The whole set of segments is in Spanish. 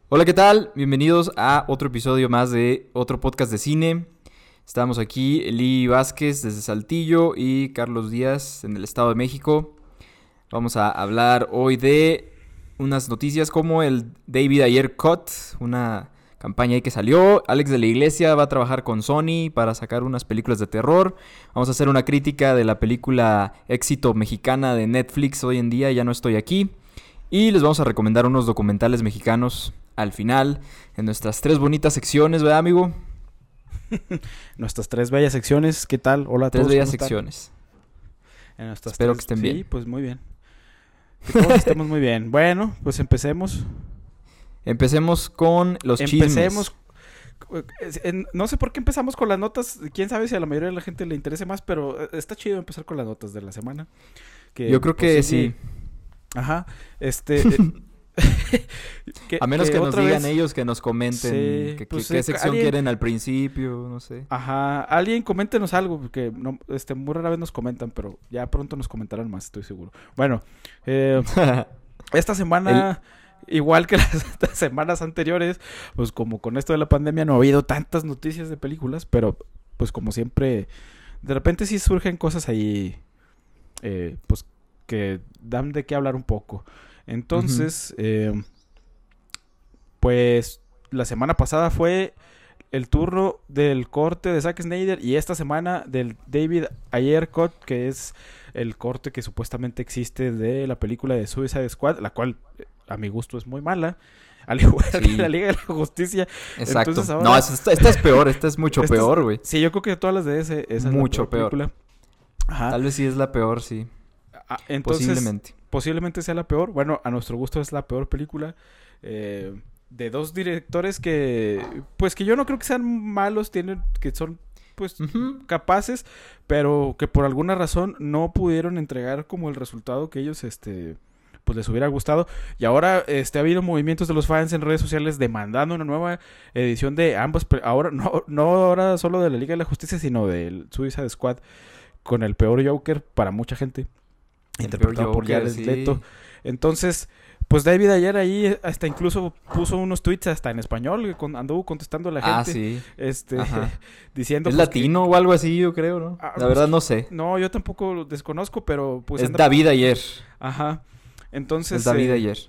Hola, ¿qué tal? Bienvenidos a otro episodio más de otro podcast de cine. Estamos aquí, Eli Vázquez desde Saltillo y Carlos Díaz en el Estado de México. Vamos a hablar hoy de unas noticias como el David Ayer Cut, una campaña ahí que salió. Alex de la Iglesia va a trabajar con Sony para sacar unas películas de terror. Vamos a hacer una crítica de la película éxito mexicana de Netflix hoy en día, Ya no estoy aquí. Y les vamos a recomendar unos documentales mexicanos al final, en nuestras tres bonitas secciones, ¿verdad, amigo? Nuestras tres bellas secciones, ¿qué tal? Hola a Tres todos. bellas secciones. Espero que estén bien. Sí, pues muy bien. Que todos estemos muy bien. Bueno, pues empecemos. Empecemos con los chismes. No sé por qué empezamos con las notas. Quién sabe si a la mayoría de la gente le interese más, pero está chido empezar con las notas de la semana. Yo creo que sí. Ajá. A menos que nos digan vez... ellos, que nos comenten sí, qué sección quieren al principio, no sé. Ajá, alguien coméntenos algo, porque no, muy rara vez nos comentan, pero ya pronto nos comentarán más, estoy seguro. Bueno, esta semana, igual que las semanas anteriores, pues como con esto de la pandemia no ha habido tantas noticias de películas, pero pues como siempre, de repente sí surgen cosas ahí, pues que dan de qué hablar un poco. Entonces, pues la semana pasada fue el turno del corte de Zack Snyder y esta semana del David Ayer Cut, que es el corte que supuestamente existe de la película de Suicide Squad, la cual a mi gusto es muy mala, al igual que la Liga de la Justicia. Exacto. Entonces, ahora... No, esta es peor, esta es mucho peor, güey. Sí, yo creo que de todas las de esa es mucho la peor película. Ajá. Tal vez sí es la peor, sí. Entonces, posiblemente sea la peor. Bueno, a nuestro gusto es la peor película. De dos directores que yo no creo que sean malos, que son pues capaces, pero que por alguna razón no pudieron entregar como el resultado que ellos pues les hubiera gustado. Y ahora ha habido movimientos de los fans en redes sociales demandando una nueva edición de ambas, ahora no ahora solo de la Liga de la Justicia, sino del Suicide Squad, con el peor Joker para mucha gente, interpretado por Jared Leto. Entonces, pues David ayer ahí hasta incluso puso unos tweets hasta en español, anduvo contestando a la gente. Sí. Diciendo... ¿Es pues latino o algo así, yo creo, no? La verdad no sé. No, yo tampoco lo desconozco, pero pues... Es David Ayer. Ajá. Entonces... Es David Ayer.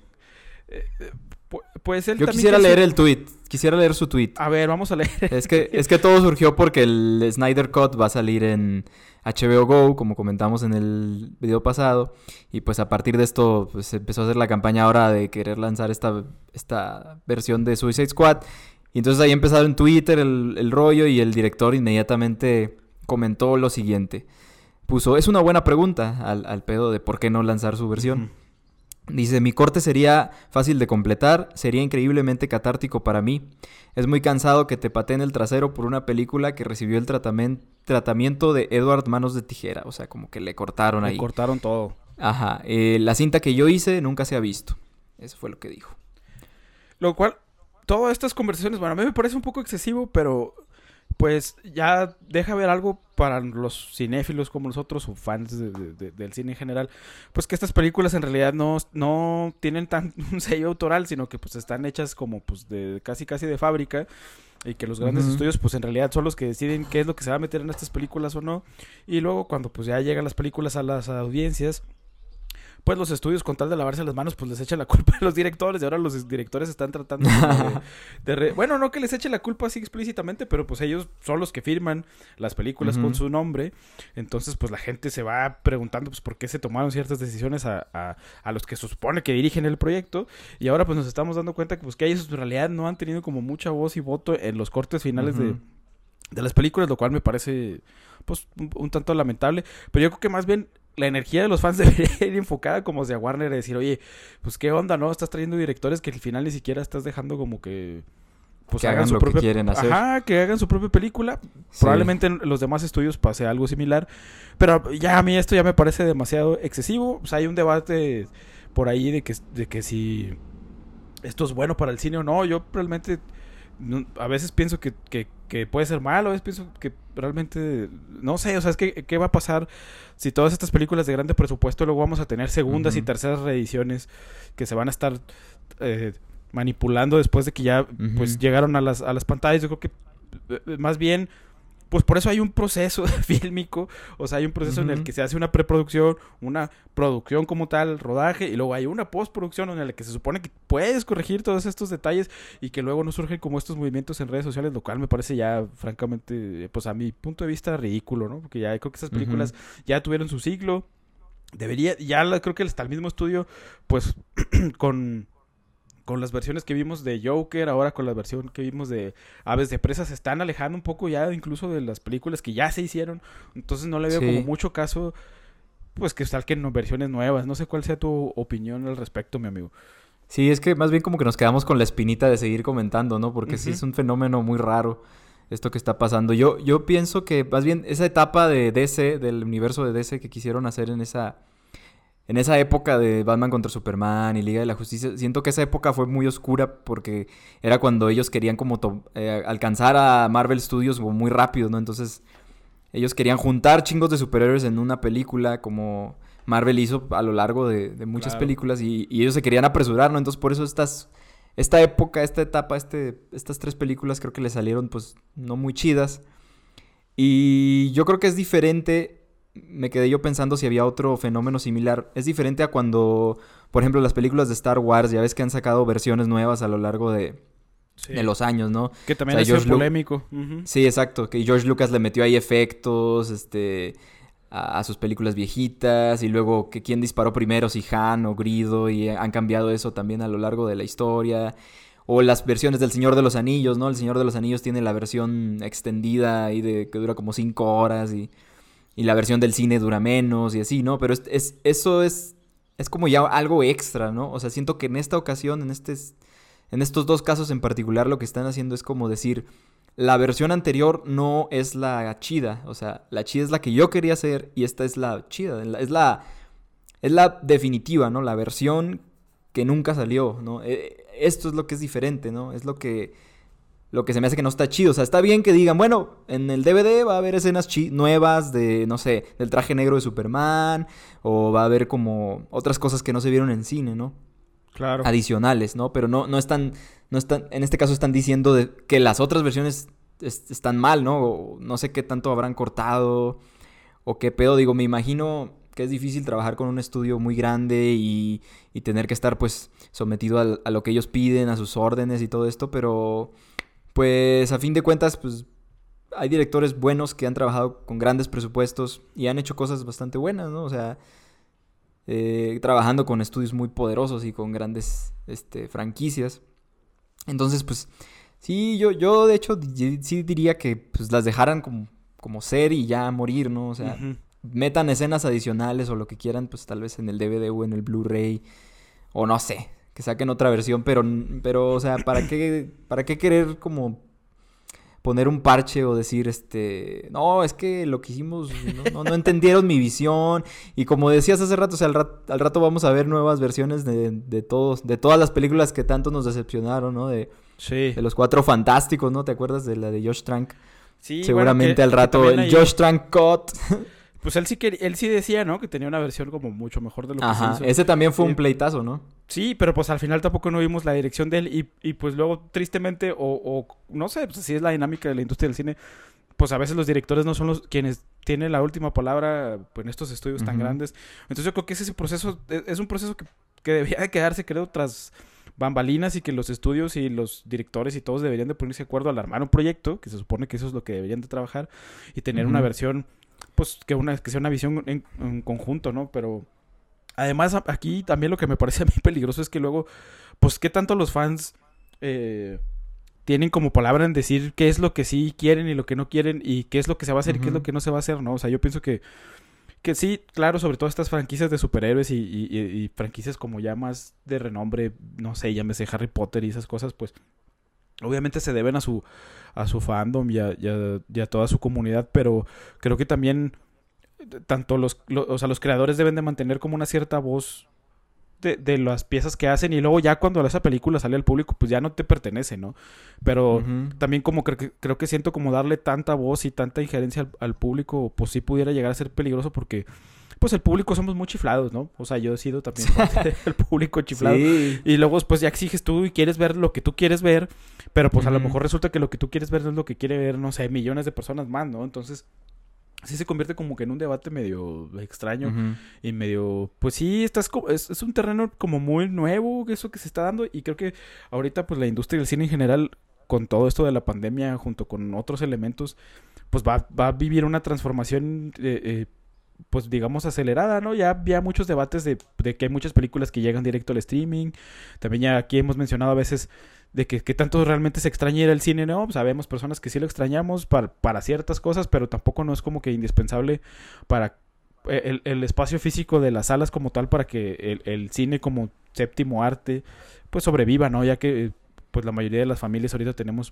Pues él yo quisiera leer el tweet. Quisiera leer su tweet. A ver, vamos a leer. Es que todo surgió porque el Snyder Cut va a salir en HBO Go, como comentamos en el video pasado. Y pues a partir de esto pues se empezó a hacer la campaña ahora de querer lanzar esta versión de Suicide Squad. Y entonces ahí empezado en Twitter el rollo y el director inmediatamente comentó lo siguiente. Puso, es una buena pregunta al pedo de por qué no lanzar su versión. Dice, mi corte sería fácil de completar, sería increíblemente catártico para mí. Es muy cansado que te pateen el trasero por una película que recibió el tratamiento de Edward Manos de Tijera. O sea, como que le cortaron ahí. Le cortaron todo. Ajá. La cinta que yo hice nunca se ha visto. Eso fue lo que dijo. Lo cual, todas estas conversaciones, bueno, a mí me parece un poco excesivo, pero... pues ya deja ver algo para los cinéfilos como nosotros o fans del cine en general, pues que estas películas en realidad no tienen tan un sello autoral, sino que pues están hechas como pues de casi de fábrica, y que los grandes estudios pues en realidad son los que deciden qué es lo que se va a meter en estas películas o no, y luego cuando pues ya llegan las películas a las audiencias, pues los estudios, con tal de lavarse las manos, pues les echan la culpa a los directores. Y ahora los directores están tratando bueno, no que les echen la culpa así explícitamente, pero pues ellos son los que firman las películas con su nombre. Entonces pues la gente se va preguntando pues por qué se tomaron ciertas decisiones a los que se supone que dirigen el proyecto. Y ahora pues nos estamos dando cuenta que pues que ellos en realidad no han tenido como mucha voz y voto en los cortes finales de las películas, lo cual me parece pues un tanto lamentable. Pero yo creo que más bien la energía de los fans debería ir enfocada como hacia Warner, de decir, oye, pues qué onda, ¿no? Estás trayendo directores que al final ni siquiera estás dejando como que... pues que hagan su propia... que quieren hacer. Ajá, que hagan su propia película. Sí. Probablemente en los demás estudios pase algo similar. Pero ya a mí esto ya me parece demasiado excesivo. O sea, hay un debate por ahí de que si esto es bueno para el cine o no. Yo realmente... a veces pienso que puede ser malo, a veces pienso que realmente no sé, o sea, es que ¿qué va a pasar si todas estas películas de grande presupuesto luego vamos a tener segundas y terceras reediciones que se van a estar manipulando después de que ya pues llegaron a las pantallas. Yo creo que más bien pues por eso hay un proceso fílmico, o sea, hay un proceso en el que se hace una preproducción, una producción como tal, rodaje, y luego hay una postproducción en la que se supone que puedes corregir todos estos detalles y que luego no surgen como estos movimientos en redes sociales, lo cual me parece ya, francamente, pues a mi punto de vista ridículo, ¿no? Porque ya creo que estas películas ya tuvieron su siglo, creo que hasta el mismo estudio, pues, con las versiones que vimos de Joker, ahora con la versión que vimos de Aves de Presa, se están alejando un poco ya incluso de las películas que ya se hicieron. Entonces no le veo como mucho caso, pues que salgan versiones nuevas. No sé cuál sea tu opinión al respecto, mi amigo. Sí, es que más bien como que nos quedamos con la espinita de seguir comentando, ¿no? Porque sí es un fenómeno muy raro esto que está pasando. Yo pienso que más bien esa etapa de DC, del universo de DC que quisieron hacer en esa época de Batman contra Superman y Liga de la Justicia, siento que esa época fue muy oscura porque era cuando ellos querían como alcanzar a Marvel Studios como muy rápido, ¿no? Entonces ellos querían juntar chingos de superhéroes en una película como Marvel hizo a lo largo de muchas películas y ellos se querían apresurar, ¿no? Entonces por eso esta época, esta etapa, estas 3 películas creo que le salieron pues no muy chidas. Y yo creo que es diferente. Me quedé yo pensando si había otro fenómeno similar. Es diferente a cuando, por ejemplo, las películas de Star Wars, ya ves que han sacado versiones nuevas a lo largo de los años, ¿no? Que también es polémico. Sí, exacto. Que George Lucas le metió ahí efectos, a sus películas viejitas. Y luego que quién disparó primero, si Han o Grido. Y han cambiado eso también a lo largo de la historia. O las versiones del Señor de los Anillos, ¿no? El Señor de los Anillos tiene la versión extendida ahí que dura como 5 horas y la versión del cine dura menos y así, ¿no? Pero eso es como ya algo extra, ¿no? O sea, siento que en esta ocasión, en estos 2 casos en particular, lo que están haciendo es como decir, la versión anterior no es la chida. O sea, la chida es la que yo quería hacer y esta es la chida. Es la definitiva, ¿no? La versión que nunca salió, ¿no? Esto es lo que es diferente, ¿no? Es lo que se me hace que no está chido. O sea, está bien que digan, bueno, en el DVD va a haber escenas nuevas de, no sé, del traje negro de Superman. O va a haber como otras cosas que no se vieron en cine, ¿no? Claro. Adicionales, ¿no? Pero no están, en este caso están diciendo que las otras versiones están mal, ¿no? O no sé qué tanto habrán cortado. O qué pedo. Digo, me imagino que es difícil trabajar con un estudio muy grande y tener que estar, pues, sometido a lo que ellos piden, a sus órdenes y todo esto, pero pues a fin de cuentas, pues hay directores buenos que han trabajado con grandes presupuestos y han hecho cosas bastante buenas, ¿no? O sea, trabajando con estudios muy poderosos y con grandes franquicias. Entonces, pues, sí, yo de hecho sí diría que pues las dejaran como ser y ya morir, ¿no? O sea, metan escenas adicionales o lo que quieran, pues tal vez en el DVD o en el Blu-ray, o no sé, que saquen otra versión, pero o sea, ¿para qué querer como poner un parche o decir, no, es que lo que hicimos, no entendieron mi visión? Y como decías hace rato, o sea, al rato vamos a ver nuevas versiones de todas las películas que tanto nos decepcionaron, ¿no? De los 4 Fantásticos, ¿no? ¿Te acuerdas de la de Josh Trank? Sí, seguramente bueno, al rato el Josh Trank Cut. Pues él sí decía, ¿no? Que tenía una versión como mucho mejor de lo que se hizo. Ese también fue un pleitazo, ¿no? Sí, pero pues al final tampoco no vimos la dirección de él y pues luego tristemente o no sé, pues así es la dinámica de la industria del cine. Pues a veces los directores no son los quienes tienen la última palabra pues, en estos estudios tan grandes. Entonces yo creo que ese proceso es un proceso que debería de quedarse, creo, tras bambalinas y que los estudios y los directores y todos deberían de ponerse de acuerdo al armar un proyecto, que se supone que eso es lo que deberían de trabajar y tener una versión, pues que sea una visión en conjunto, ¿no? Pero además aquí también lo que me parece a mí peligroso es que luego, pues qué tanto los fans tienen como palabra en decir qué es lo que sí quieren y lo que no quieren y qué es lo que se va a hacer y qué es lo que no se va a hacer, ¿no? O sea, yo pienso que sí, claro, sobre todo estas franquicias de superhéroes y franquicias como ya más de renombre, no sé, llámese Harry Potter y esas cosas, pues obviamente se deben a su fandom y a toda su comunidad, pero creo que también tanto los creadores deben de mantener como una cierta voz de las piezas que hacen y luego ya cuando esa película sale al público pues ya no te pertenece, ¿no? Pero también como creo que siento como darle tanta voz y tanta injerencia al público pues sí pudiera llegar a ser peligroso porque pues el público somos muy chiflados, ¿no? O sea, yo he sido también parte del público chiflado. Sí. Y luego pues ya exiges tú y quieres ver lo que tú quieres ver, pero pues a lo Ujú. mejor resulta que lo que tú quieres ver no es lo que quiere ver, no sé, millones de personas más, ¿no? Entonces sí se convierte como que en un debate medio extraño Ujú. y medio, pues sí, es un terreno como muy nuevo eso que se está dando y creo que ahorita pues la industria del cine en general con todo esto de la pandemia junto con otros elementos pues va a vivir una transformación pues digamos acelerada, ¿no? Ya había muchos debates de que hay muchas películas que llegan directo al streaming. También ya aquí hemos mencionado a veces de que tanto realmente se extraña ir al cine, ¿no? Pues sabemos personas que sí lo extrañamos para ciertas cosas, pero tampoco no es como que indispensable para el espacio físico de las salas como tal para que el cine como séptimo arte pues sobreviva, ¿no? Ya que pues la mayoría de las familias ahorita tenemos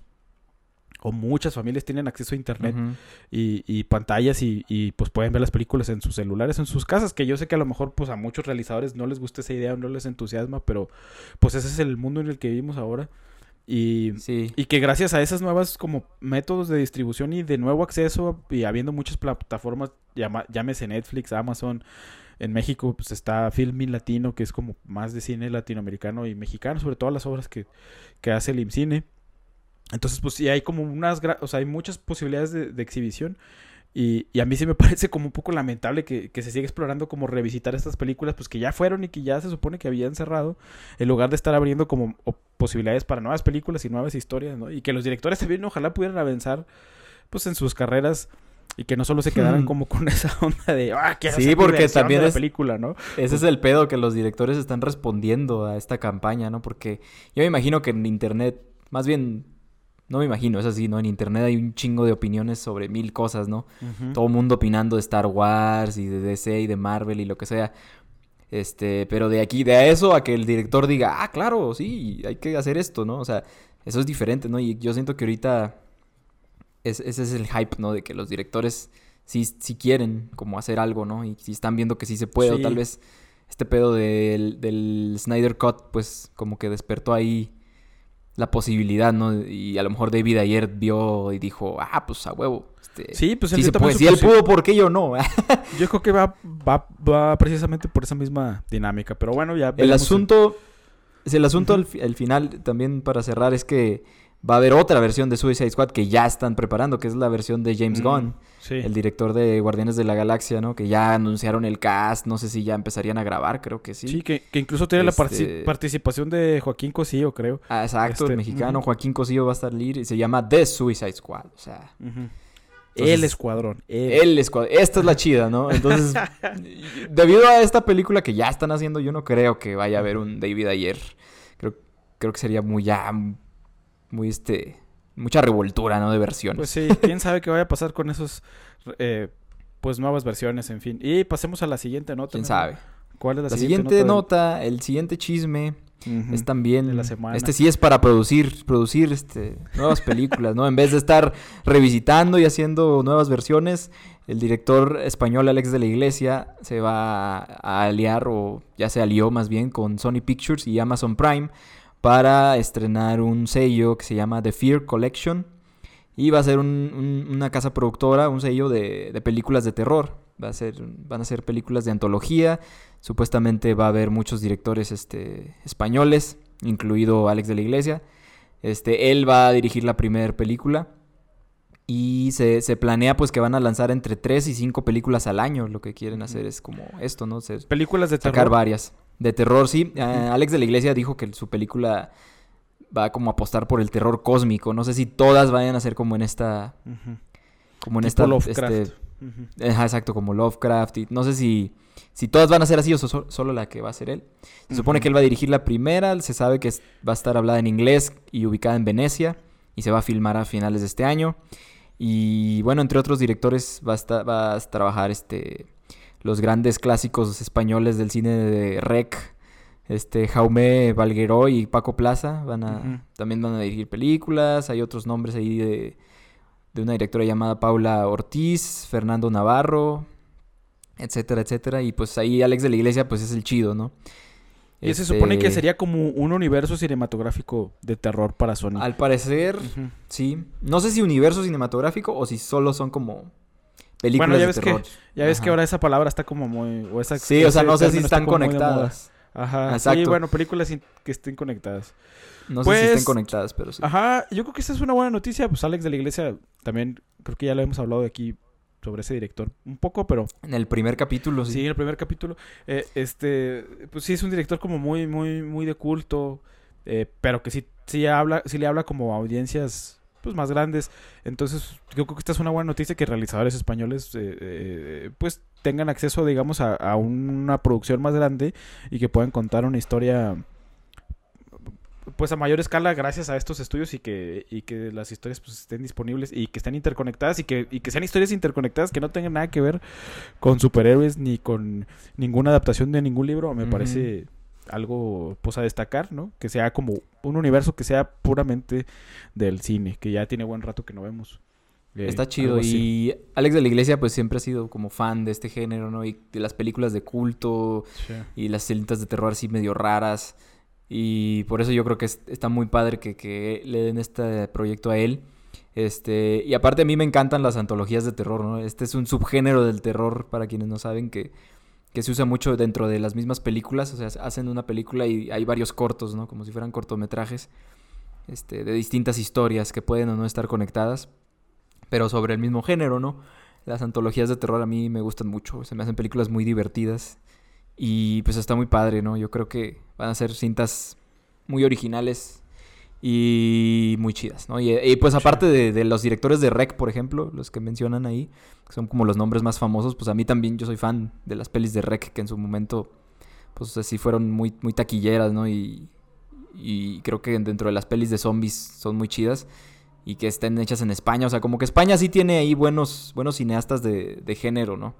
o muchas familias tienen acceso a internet Ujú. y pantallas y pues pueden ver las películas en sus celulares, en sus casas, que yo sé que a lo mejor pues a muchos realizadores no les gusta esa idea o no les entusiasma, pero pues ese es el mundo en el que vivimos ahora Sí. y que gracias a esas nuevas como métodos de distribución y de nuevo acceso y habiendo muchas plataformas, llámese Netflix, Amazon, en México pues está Filmin Latino, que es como más de cine latinoamericano y mexicano, sobre todo las obras que hace el IMCINE. Entonces, pues sí, hay como o sea, hay muchas posibilidades de exhibición. Y a mí sí me parece como un poco lamentable que se siga explorando como revisitar estas películas, pues que ya fueron y que ya se supone que habían cerrado, en lugar de estar abriendo como posibilidades para nuevas películas y nuevas historias, ¿no? Y que los directores también ojalá pudieran avanzar, pues en sus carreras y que no solo se quedaran como con esa onda de, quiero Sí, hacer mi porque versión también de la es... película, ¿no? Ese es el pedo, que los directores están respondiendo a esta campaña, ¿no? Porque yo me imagino que en internet, más bien, no me imagino, es así, ¿no? En internet hay un chingo de opiniones sobre mil cosas, ¿no? Ujú. Todo el mundo opinando de Star Wars y de DC y de Marvel y lo que sea. Pero de a eso a que el director diga, claro, sí, hay que hacer esto, ¿no? O sea, eso es diferente, ¿no? Y yo siento que ahorita ese es el hype, ¿no? De que los directores sí quieren como hacer algo, ¿no? Y si están viendo que sí se puede, o tal Sí. vez este pedo del Snyder Cut, pues como que despertó ahí la posibilidad, ¿no? Y a lo mejor David Ayer vio y dijo, pues a huevo, Sí, pues él sí dio se también puede. su Si él pudo, ¿por qué yo no? Yo creo que va precisamente por esa misma dinámica. Pero bueno, ya El veremos. asunto, el asunto Ujú. al final, también para cerrar, es que va a haber otra versión de Suicide Squad que ya están preparando, que es la versión de James Gunn, Sí. el director de Guardianes de la Galaxia, ¿no? Que ya anunciaron el cast, no sé si ya empezarían a grabar, creo que sí. Sí, que incluso tiene la Este- participación de Joaquín Cosío, creo. Exacto, el mexicano Ujú. Joaquín Cosío va a estar y se llama The Suicide Squad, o sea... Ujú. Entonces, El escuadrón. esta es la chida, ¿no? Entonces, debido a esta película que ya están haciendo, yo no creo que vaya a haber un David Ayer. Creo que sería muy muy mucha revoltura, ¿no? De versiones. Pues sí, quién sabe qué vaya a pasar con esos, pues nuevas versiones, en fin. Y pasemos a la siguiente nota. ¿Quién ¿no? sabe? ¿Cuál es la La siguiente siguiente nota? nota, el siguiente chisme Ujú. es también... de la semana. Este sí es para producir nuevas películas, ¿no? En vez de estar revisitando y haciendo nuevas versiones, el director español Alex de la Iglesia se va a aliar, o ya se alió más bien, con Sony Pictures y Amazon Prime para estrenar un sello que se llama The Fear Collection. Y va a ser una casa productora, un sello de películas de terror. Van a ser películas de antología. Supuestamente va a haber muchos directores españoles, incluido Alex de la Iglesia. Él va a dirigir la primera película. Y se planea pues que van a lanzar entre 3 y 5 películas al año. Lo que quieren hacer es como esto, ¿no? Películas de Sacar terror. varias. De terror, sí. Alex de la Iglesia dijo que su película va como a apostar por el terror cósmico. No sé si todas vayan a ser como en esta... Ujú. Como en Tipo esta... Lovecraft. Ujú. Ajá, exacto, como Lovecraft. Y no sé si todas van a ser así o solo la que va a ser él. Se supone Ujú. que él va a dirigir la primera. Se sabe que va a estar hablada en inglés y ubicada en Venecia. Y se va a filmar a finales de este año. Y bueno, entre otros directores va a trabajar los grandes clásicos españoles del cine de Rec. Jaume Valgueró y Paco Plaza Ujú. también van a dirigir películas. Hay otros nombres ahí de una directora llamada Paula Ortiz, Fernando Navarro, etcétera, etcétera. Y pues ahí Alex de la Iglesia pues es el chido, ¿no? Y se supone que sería como un universo cinematográfico de terror para Sony. Al parecer, Ujú. sí. No sé si universo cinematográfico o si solo son como películas Bueno, ya de ves terror. Ya ves que Ajá. ahora esa palabra está como muy... O esa, Sí, o sea, ese no sé si término está están como muy de moda. conectadas. Ajá, sí, Exacto. bueno, películas que estén conectadas. No sé si estén Pues, conectadas, pero sí. ajá, yo creo que esa es una buena noticia. Pues Alex de la Iglesia también, creo que ya lo hemos hablado de aquí sobre ese director un poco, pero En el primer capítulo, sí, sí. en el primer capítulo. Pues sí es un director como muy, muy, muy de culto, pero que sí le habla como a audiencias pues más grandes. Entonces, yo creo que esta es una buena noticia que realizadores españoles pues tengan acceso, digamos, a una producción más grande y que puedan contar una historia pues a mayor escala gracias a estos estudios y que las historias pues estén disponibles y que estén interconectadas y que sean historias interconectadas que no tengan nada que ver con superhéroes ni con ninguna adaptación de ningún libro. Me parece algo pues a destacar, ¿no? Que sea como un universo que sea puramente del cine, que ya tiene buen rato que no vemos. Está chido. Y Alex de la Iglesia pues siempre ha sido como fan de este género, ¿no? Y de las películas de culto Sí. y las cintas de terror así medio raras. Y por eso yo creo que está muy padre que le den este proyecto a él. Y aparte a mí me encantan las antologías de terror, ¿no? Este es un subgénero del terror, para quienes no saben, que se usa mucho dentro de las mismas películas. O sea, hacen una película y hay varios cortos, ¿no? Como si fueran cortometrajes de distintas historias que pueden o no estar conectadas, pero sobre el mismo género, ¿no? Las antologías de terror a mí me gustan mucho. Se me hacen películas muy divertidas. Y pues está muy padre, ¿no? Yo creo que van a ser cintas muy originales y muy chidas, ¿no? Y pues aparte de los directores de REC, por ejemplo, los que mencionan ahí, que son como los nombres más famosos, pues a mí también yo soy fan de las pelis de REC, que en su momento, pues así fueron muy, muy taquilleras, ¿no? Y creo que dentro de las pelis de zombies son muy chidas y que estén hechas en España. O sea, como que España sí tiene ahí buenos cineastas de género, ¿no?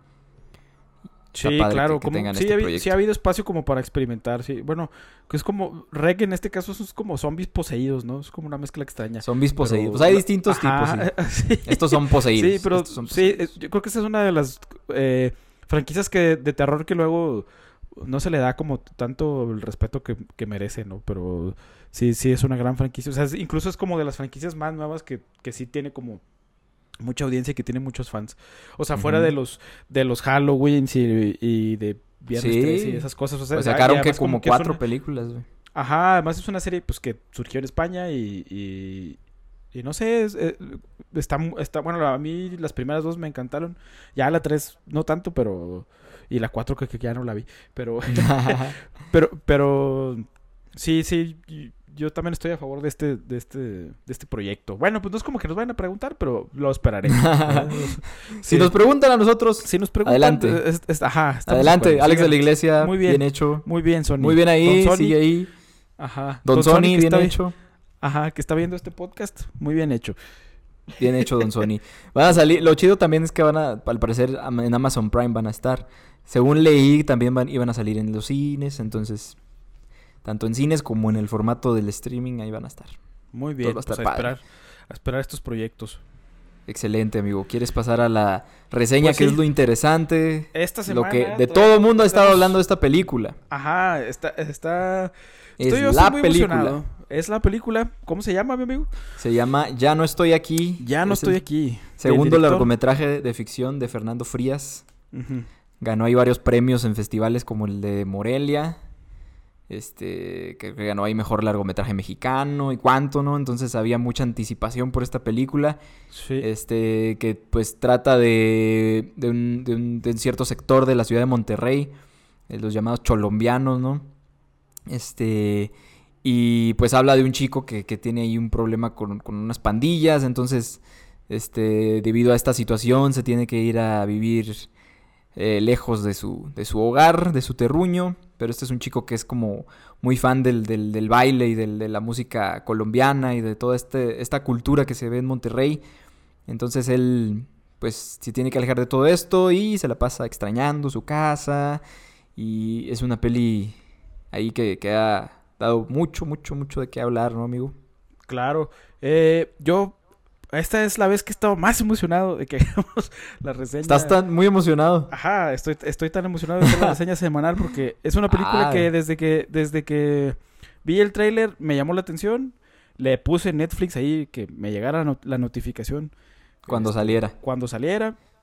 Sí, padre claro, que tengan sí, este proyecto. sí ha habido espacio como para experimentar, sí. Bueno, que es como, Rec en este caso es como zombies poseídos, ¿no? Es como una mezcla extraña. Zombies poseídos. Pero... Pues hay distintos Ajá, tipos, sí. sí. Estos son poseídos. Sí, pero yo creo que esa es una de las franquicias de terror que luego no se le da como tanto el respeto que merece, ¿no? Pero sí es una gran franquicia. O sea, incluso es como de las franquicias más nuevas que sí tiene como mucha audiencia y que tiene muchos fans. O sea, fuera de los Halloweens y de Viernes 13 y esas cosas. O sea, pues sacaron que como que 4 películas, güey. Ajá, además es una serie pues que surgió en España y no sé, está bueno, a mí las primeras 2 me encantaron. Ya la 3 no tanto, pero y la 4 que ya no la vi, pero pero sí, yo también estoy a favor de este proyecto. Bueno, pues no es como que nos vayan a preguntar, pero lo esperaré. Si nos preguntan a nosotros, si nos preguntan, adelante. Adelante, Alex de la Iglesia, muy bien hecho. Muy bien, Sony. Muy bien ahí, sigue ahí. Ajá. Don Sony, bien hecho. Ajá, que está viendo este podcast, muy bien hecho. Bien hecho, Don Sony. Van a salir, lo chido también es que al parecer en Amazon Prime van a estar. Según leí, también iban a salir en los cines, entonces tanto en cines como en el formato del streaming ahí van a estar. Muy bien, va a estar a esperar estos proyectos. Excelente, amigo. ¿Quieres pasar a la reseña? Pues que sí. es lo interesante? Esta semana... Lo que de todo el mundo ha estado hablando de esta película. Ajá, Es estoy la muy película. Emocionado. Es la película. ¿Cómo se llama, mi amigo? Se llama Ya no estoy aquí. Ya no estoy aquí. Segundo largometraje de ficción de Fernando Frías. Uh-huh. Ganó ahí varios premios en festivales como el de Morelia. Que ganó ahí mejor largometraje mexicano y cuánto, ¿no? Entonces había mucha anticipación por esta película. Sí. Que pues trata de un cierto sector de la ciudad de Monterrey, los llamados cholombianos, ¿no? Y pues habla de un chico que tiene ahí un problema con unas pandillas. Entonces, debido a esta situación se tiene que ir a vivir lejos de su hogar, de su terruño. Pero este es un chico que es como muy fan del baile y de la música colombiana y de toda esta cultura que se ve en Monterrey. Entonces él pues se tiene que alejar de todo esto y se la pasa extrañando su casa. Y es una peli ahí que ha dado mucho de qué hablar, ¿no, amigo? Claro. Esta es la vez que he estado más emocionado de que hagamos la reseña. ¿Estás muy emocionado? Ajá, estoy tan emocionado de hacer la reseña semanal porque es una película que desde que vi el tráiler me llamó la atención. Le puse Netflix ahí que me llegara la notificación. Cuando saliera. Cuando saliera.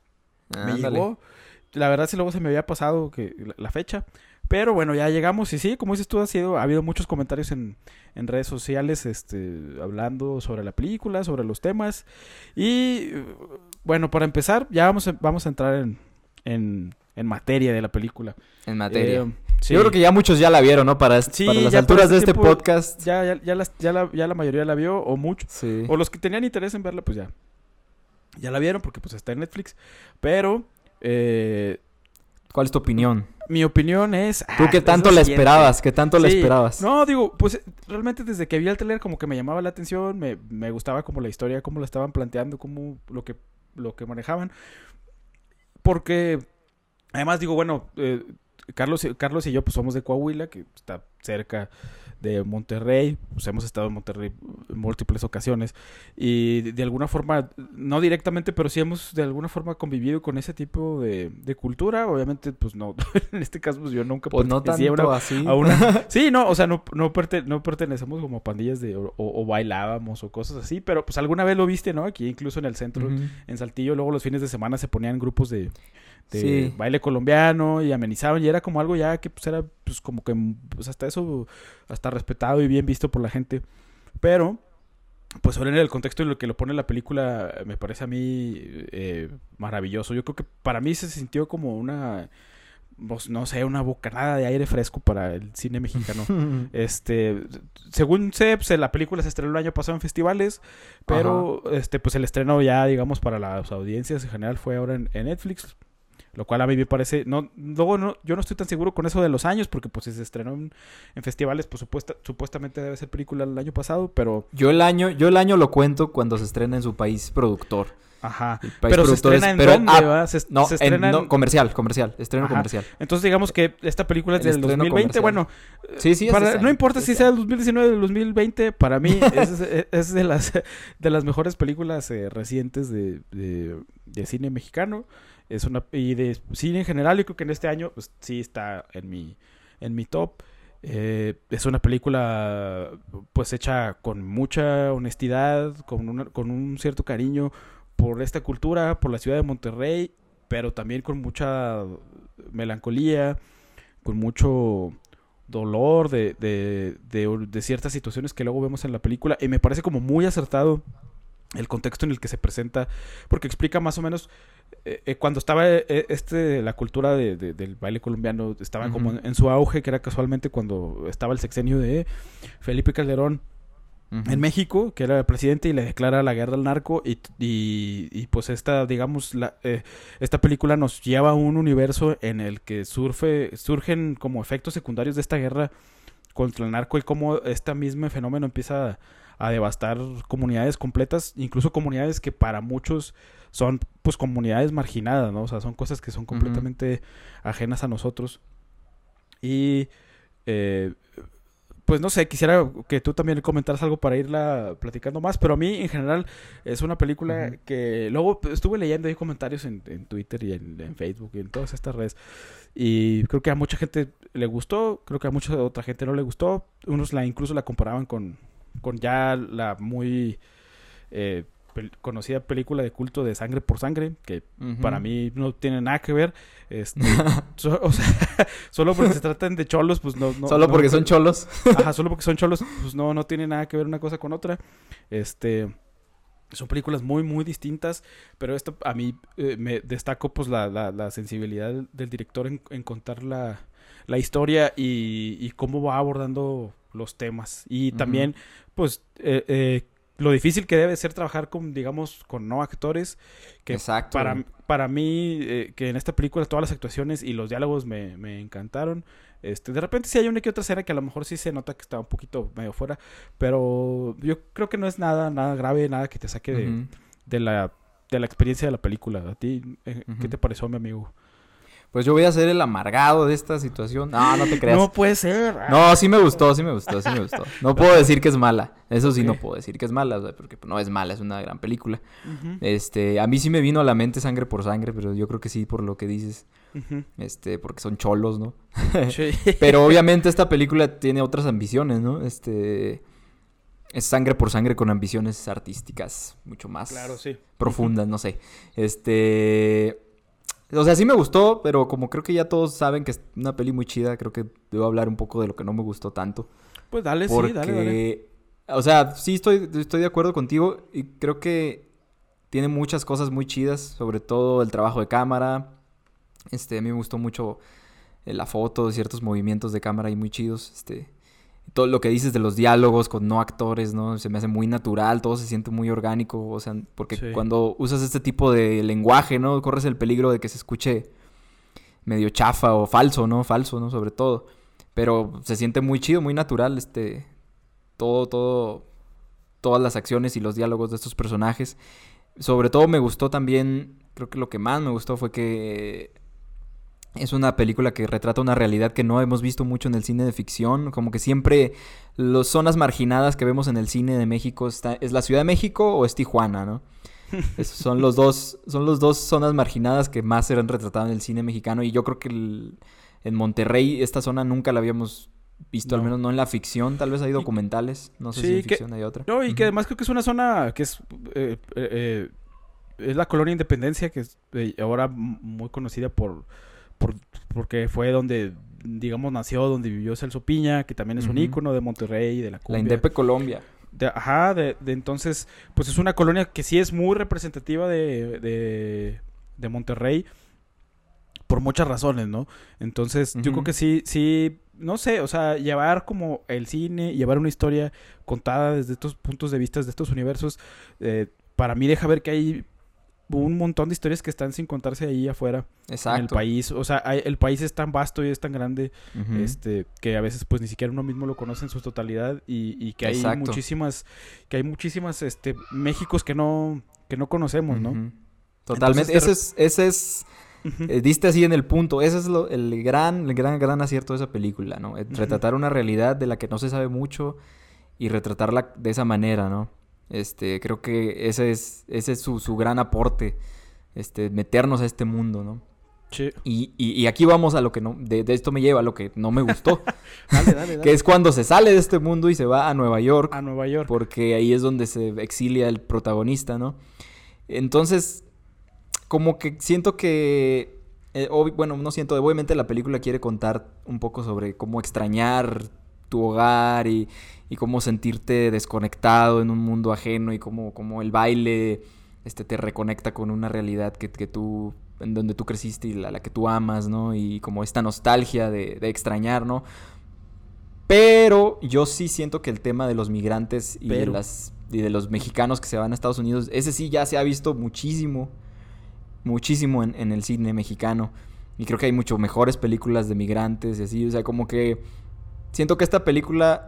Me Ándale. llegó. La verdad sí luego se me había pasado que la fecha. Pero bueno, ya llegamos y sí, como dices tú, ha habido muchos comentarios en redes sociales hablando sobre la película, sobre los temas. Y bueno, para empezar, ya vamos a entrar en materia de la película. En materia. Sí. Yo creo que ya muchos ya la vieron, ¿no? Para Sí, las ya alturas para de este este tiempo podcast. ya la mayoría la vio, o muchos. Sí. O los que tenían interés en verla, pues ya la vieron porque pues está en Netflix. Pero ¿Cuál es tu opinión? mi opinión es... ¿Tú qué es tanto lo la siguiente. esperabas? ¿Qué tanto la Sí. esperabas? No, digo, pues realmente desde que vi el trailer como que me llamaba la atención, me gustaba como la historia, cómo la estaban planteando, cómo lo que manejaban. Porque además digo, bueno, Carlos y yo pues somos de Coahuila, que está cerca de Monterrey, pues hemos estado en Monterrey en múltiples ocasiones y de alguna forma, no directamente, pero sí hemos de alguna forma convivido con ese tipo de cultura. Obviamente pues no, en este caso pues yo nunca Pues no pertenecía tanto así. a una... Sí, no, o sea, no pertenecemos como a pandillas o bailábamos o cosas así, pero pues alguna vez lo viste, ¿no? Aquí incluso en el centro, Ujú. en Saltillo, luego los fines de semana se ponían grupos de Sí. baile colombiano y amenizaban y era como algo ya que pues era pues como que pues hasta eso, hasta respetado y bien visto por la gente. Pero pues ahora en el contexto en lo que lo pone la película me parece a mí maravilloso. Yo creo que para mí se sintió como una, pues, no sé, una bocanada de aire fresco para el cine mexicano. Según sé, pues, la película se estrenó el año pasado en festivales, pero pues el estreno ya, digamos, para las audiencias en general fue ahora en Netflix. Lo cual a mí me parece... Luego yo no estoy tan seguro con eso de los años, porque pues si se estrenó en festivales, pues supuestamente debe ser película el año pasado, pero... Yo el año lo cuento cuando se estrena en su país productor. Ajá. El país Pero se productor estrena en dónde, ¿va? Se estrena no, comercial, estreno Ajá. comercial. Entonces digamos que esta película es El del estreno 2020. comercial. Bueno, Sí, es este no año, importa este si sea año. del 2019 o del 2020, para mí es de las mejores películas recientes de cine mexicano. Y de cine en general, yo creo que en este año pues, sí está en mi top. Es una película pues hecha con mucha honestidad, con un cierto cariño por esta cultura, por la ciudad de Monterrey, pero también con mucha melancolía, con mucho dolor de ciertas situaciones que luego vemos en la película. Y me parece como muy acertado el contexto en el que se presenta, porque explica más o menos cuando estaba la cultura del baile colombiano estaba como en su auge, que era casualmente cuando estaba el sexenio de Felipe Calderón en México, que era el presidente y le declara la guerra al narco y pues digamos, esta película nos lleva a un universo en el que surgen como efectos secundarios de esta guerra contra el narco y cómo este mismo fenómeno empieza a devastar comunidades completas, incluso comunidades que para muchos son pues comunidades marginadas, ¿no? O sea, son cosas que son completamente ajenas a nosotros. Y pues no sé, quisiera que tú también comentaras algo para irla platicando más, pero a mí en general es una película que luego estuve leyendo ahí comentarios en Twitter y en Facebook y en todas estas redes y creo que a mucha gente le gustó, creo que a mucha otra gente no le gustó, unos incluso la comparaban con ya la muy conocida película de culto de Sangre por Sangre, que para mí no tiene nada que ver, o sea, solo porque se tratan de cholos, pues no solo porque son cholos. Ajá, solo porque son cholos, pues no tiene nada que ver una cosa con otra. Son películas muy, muy distintas, pero esto a mí me destaco pues la sensibilidad del director en contar la historia y cómo va abordando los temas. Y también, pues, lo difícil que debe ser trabajar con, digamos, con no actores. Que exacto. Para mí, que en esta película todas las actuaciones y los diálogos me encantaron. De repente sí hay una que otra escena que a lo mejor sí se nota que está un poquito medio fuera, pero yo creo que no es nada grave, nada que te saque de la experiencia de la película. ¿A ti qué te pareció, mi amigo? Pues yo voy a ser el amargado de esta situación. No te creas. No puede ser. No, sí me gustó. No puedo decir que es mala. Eso sí, no puedo decir que es mala, o sea, porque no es mala, es una gran película. A mí sí me vino a la mente Sangre por Sangre, pero yo creo que sí por lo que dices. Porque son cholos, ¿no? Sí. Pero obviamente esta película tiene otras ambiciones, ¿no? Es Sangre por Sangre con ambiciones artísticas mucho más claro, sí. profundas, no sé. O sea, sí me gustó, pero como creo que ya todos saben que es una peli muy chida, creo que debo hablar un poco de lo que no me gustó tanto. Pues dale, Porque, sí, dale. o sea, sí estoy de acuerdo contigo y creo que tiene muchas cosas muy chidas, sobre todo el trabajo de cámara. A mí me gustó mucho la foto, ciertos movimientos de cámara ahí muy chidos. Todo lo que dices de los diálogos con no actores, ¿no? Se me hace muy natural, todo se siente muy orgánico, o sea, porque Sí. cuando usas este tipo de lenguaje, ¿no? Corres el peligro de que se escuche medio chafa o falso, ¿no? Falso, ¿no? Sobre todo. Pero se siente muy chido, muy natural, todo, todas las acciones y los diálogos de estos personajes. Sobre todo me gustó también, creo que lo que más me gustó fue que es una película que retrata una realidad que no hemos visto mucho en el cine de ficción. Como que siempre las zonas marginadas que vemos en el cine de México es la Ciudad de México o es Tijuana, ¿no? Son los dos zonas marginadas que más se han retratado en el cine mexicano. Y yo creo que en Monterrey esta zona nunca la habíamos visto, al No. menos no en la ficción. Tal vez hay documentales, no sé Sí, si en ficción hay otra. no, y que además creo que es una zona que es la colonia Independencia, que es ahora muy conocida por porque fue donde, digamos, nació, donde vivió Celso Piña, que también es un ícono de Monterrey, de la La cumbia. Indepe Colombia. De entonces, pues es una colonia que sí es muy representativa de Monterrey por muchas razones, ¿no? Entonces, yo creo que sí, no sé, o sea, llevar como el cine, llevar una historia contada desde estos puntos de vista, de estos universos, para mí deja ver que hay un montón de historias que están sin contarse ahí afuera. Exacto. En el país. O sea, el país es tan vasto y es tan grande, que a veces pues ni siquiera uno mismo lo conoce en su totalidad y que hay muchísimas Méxicos que no conocemos, ¿no? Totalmente. Entonces, Ese es diste así en el punto. Ese es el gran acierto de esa película, ¿no? Retratar una realidad de la que no se sabe mucho y retratarla de esa manera, ¿no? Creo que ese es su gran aporte, meternos a este mundo, ¿no? Sí. Y aquí vamos a lo que no, de esto me lleva a lo que no me gustó. Dale. Que es cuando se sale de este mundo y se va a Nueva York. A Nueva York. Porque ahí es donde se exilia el protagonista, ¿no? Entonces, como que siento que... obviamente la película quiere contar un poco sobre cómo extrañar tu hogar y cómo sentirte desconectado en un mundo ajeno y cómo el baile te reconecta con una realidad que tú, en donde tú creciste y la que tú amas, ¿no? Y como esta nostalgia de extrañar, ¿no? Pero yo sí siento que el tema de los migrantes y de los mexicanos que se van a Estados Unidos, ese sí ya se ha visto muchísimo en el cine mexicano. Y creo que hay mucho mejores películas de migrantes y así. O sea, como que siento que esta película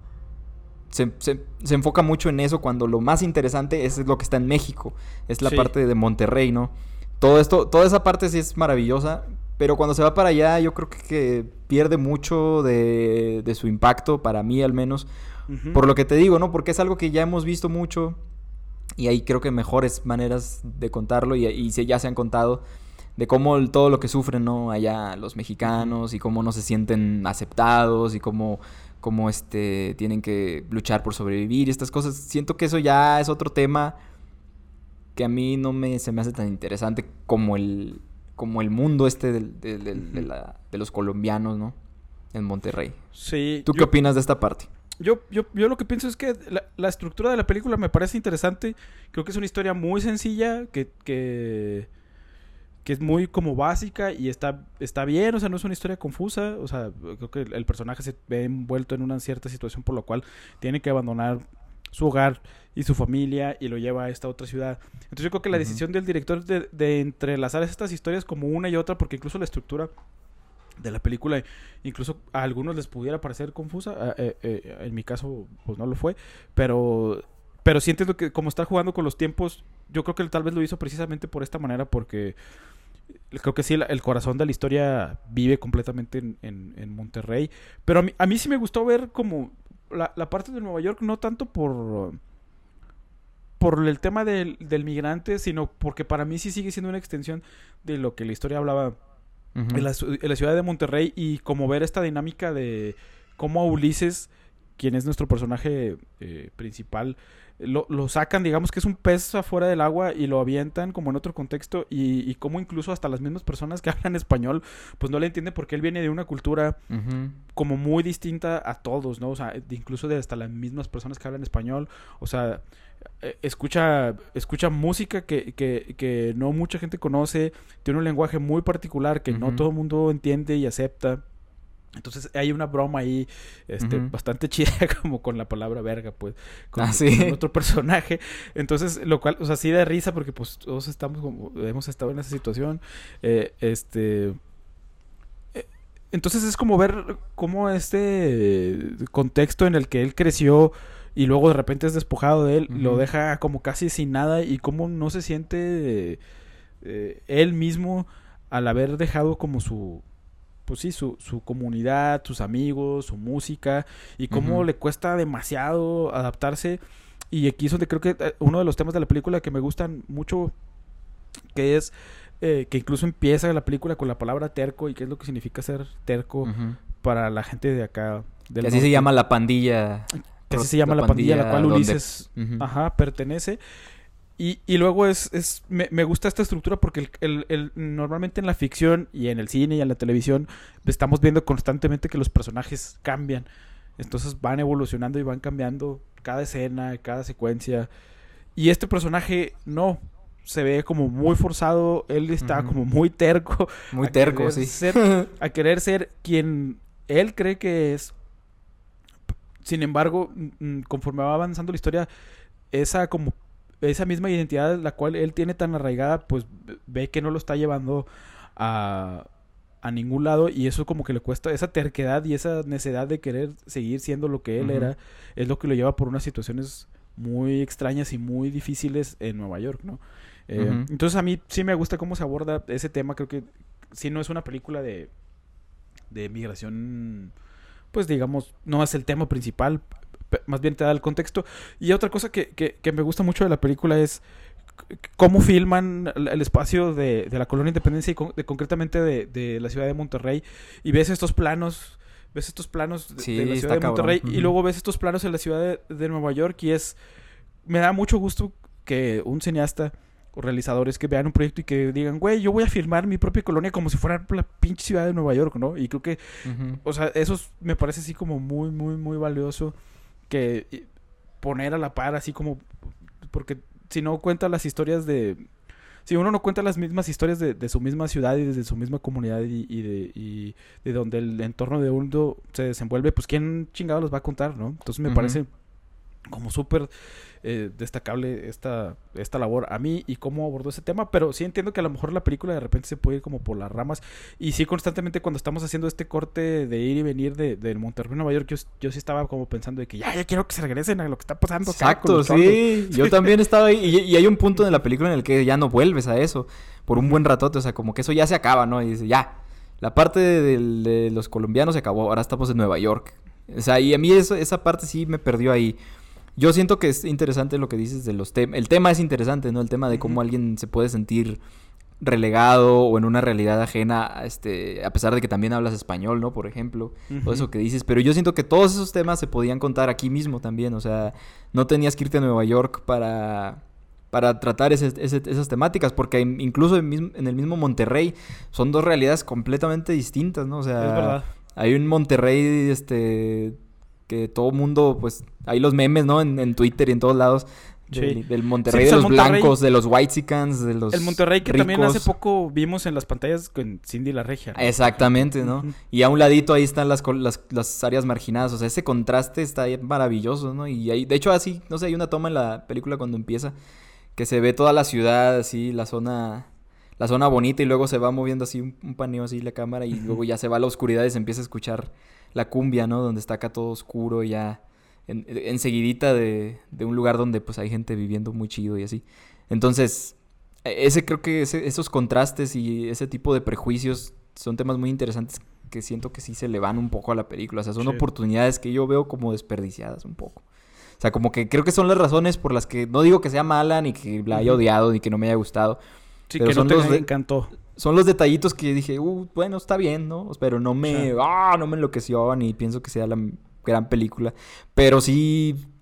se enfoca mucho en eso, cuando lo más interesante es lo que está en México. Es la parte de Monterrey, ¿no? Toda esa parte sí es maravillosa, pero cuando se va para allá yo creo que pierde mucho de su impacto, para mí al menos. Por lo que te digo, ¿no? Porque es algo que ya hemos visto mucho y hay creo que mejores maneras de contarlo y ya se han contado de cómo todo lo que sufren, ¿no? Allá los mexicanos y cómo no se sienten aceptados y cómo tienen que luchar por sobrevivir y estas cosas. Siento que eso ya es otro tema que a mí se me hace tan interesante como el mundo de los colombianos, ¿no? En Monterrey. Sí. ¿Tú qué opinas de esta parte? Yo lo que pienso es que la estructura de la película me parece interesante. Creo que es una historia muy sencilla, que es muy como básica y está bien, o sea, no es una historia confusa, o sea, creo que el personaje se ve envuelto en una cierta situación por lo cual tiene que abandonar su hogar y su familia y lo lleva a esta otra ciudad. Entonces yo creo que la decisión del director de entrelazar estas historias como una y otra, porque incluso la estructura de la película incluso a algunos les pudiera parecer confusa, en mi caso pues no lo fue, pero sí entiendo que como está jugando con los tiempos, yo creo que tal vez lo hizo precisamente por esta manera, porque creo que sí, el corazón de la historia vive completamente en Monterrey. Pero a mí sí me gustó ver como la parte de Nueva York, no tanto por el tema del migrante, sino porque para mí sí sigue siendo una extensión de lo que la historia hablaba en la ciudad de Monterrey, y como ver esta dinámica de cómo a Ulises, quien es nuestro personaje principal, lo sacan, digamos que es un pez afuera del agua y lo avientan como en otro contexto y como incluso hasta las mismas personas que hablan español pues no le entienden porque él viene de una cultura como muy distinta a todos, ¿no? O sea, incluso de hasta las mismas personas que hablan español, o sea, escucha música que no mucha gente conoce, tiene un lenguaje muy particular que no todo el mundo entiende y acepta. Entonces hay una broma ahí bastante chida como con la palabra verga, pues, con otro personaje. Entonces, lo cual, o sea, sí da risa porque pues todos hemos estado en esa situación. Entonces es como ver cómo este contexto en el que él creció y luego de repente es despojado de él, lo deja como casi sin nada y cómo no se siente él mismo al haber dejado como su comunidad, sus amigos, su música y cómo le cuesta demasiado adaptarse. Y aquí es donde creo que uno de los temas de la película que me gustan mucho, que es que incluso empieza la película con la palabra terco y qué es lo que significa ser terco para la gente de acá. Que así se llama la pandilla. Que así se llama la pandilla a la cual Ulises pertenece. Y luego me gusta esta estructura porque normalmente en la ficción y en el cine y en la televisión estamos viendo constantemente que los personajes cambian. Entonces van evolucionando y van cambiando cada escena, cada secuencia. Y este personaje no, se ve como muy forzado, él está como muy terco. Muy terco, sí. A querer ser quien él cree que es. Sin embargo, conforme va avanzando la historia, esa misma identidad la cual él tiene tan arraigada, pues ve que no lo está llevando a ningún lado y eso como que le cuesta, esa terquedad y esa necesidad de querer seguir siendo lo que él era, es lo que lo lleva por unas situaciones muy extrañas y muy difíciles en Nueva York, ¿no? Entonces a mí sí me gusta cómo se aborda ese tema. Creo que sí no es una película de migración, pues digamos, no es el tema principal, más bien te da el contexto. Y otra cosa que me gusta mucho de la película es cómo filman el espacio de la Colonia Independencia y concretamente de la ciudad de Monterrey. Y ves estos planos de la ciudad de Monterrey y luego ves estos planos en la ciudad de Nueva York y me da mucho gusto que un cineasta o realizadores que vean un proyecto y que digan, güey, yo voy a filmar mi propia colonia como si fuera la pinche ciudad de Nueva York, ¿no? Y creo que, o sea, eso me parece así como muy, muy, muy valioso que poner a la par así como, porque si no cuenta las historias si uno no cuenta las mismas historias de su misma ciudad y desde su misma comunidad y de donde el entorno de uno se desenvuelve, pues quién chingado los va a contar, ¿no? Entonces me parece como súper destacable esta labor a mí y cómo abordó ese tema, pero sí entiendo que a lo mejor la película de repente se puede ir como por las ramas y sí constantemente cuando estamos haciendo este corte de ir y venir del Monterrey a Nueva York, yo sí estaba como pensando de que ya quiero que se regresen a lo que está pasando acá. Exacto, sí, yo también estaba ahí y hay un punto en la película en el que ya no vuelves a eso por un buen ratote, o sea, como que eso ya se acaba, ¿no? Y dice, ya, la parte de los colombianos se acabó, ahora estamos en Nueva York, o sea, y a mí esa parte sí me perdió ahí. Yo siento que es interesante lo que dices de los temas. El tema es interesante, ¿no? El tema de cómo alguien se puede sentir relegado o en una realidad ajena, a pesar de que también hablas español, ¿no? Por ejemplo, todo eso que dices. Pero yo siento que todos esos temas se podían contar aquí mismo también. O sea, no tenías que irte a Nueva York para tratar esas temáticas, porque incluso en el mismo Monterrey son dos realidades completamente distintas, ¿no? O sea, es verdad. Hay un Monterrey, que todo mundo, pues, hay los memes, ¿no? En Twitter y en todos lados. Del Monterrey de los blancos, de los whitexicans, de los el Monterrey que ricos. También hace poco vimos en las pantallas con Cindy la Regia, ¿no? Exactamente, ¿no? Y a un ladito ahí están las áreas marginadas. O sea, ese contraste está maravilloso, ¿no? Y ahí, de hecho, así, no sé, hay una toma en la película cuando empieza que se ve toda la ciudad, así, la zona bonita y luego se va moviendo así un paneo así la cámara y luego ya se va a la oscuridad y se empieza a escuchar la cumbia, ¿no? Donde está acá todo oscuro y ya enseguidita de un lugar donde pues hay gente viviendo muy chido y así. Entonces, creo que esos contrastes y ese tipo de prejuicios son temas muy interesantes que siento que sí se le van un poco a la película. O sea, son oportunidades que yo veo como desperdiciadas un poco. O sea, como que creo que son las razones por las que... No digo que sea mala, ni que la haya odiado, ni que no me haya gustado. Sí, pero que no te encantó. Son los detallitos que dije, bueno, está bien, ¿no? Pero no me enloqueció, ni pienso que sea la gran película. Pero sí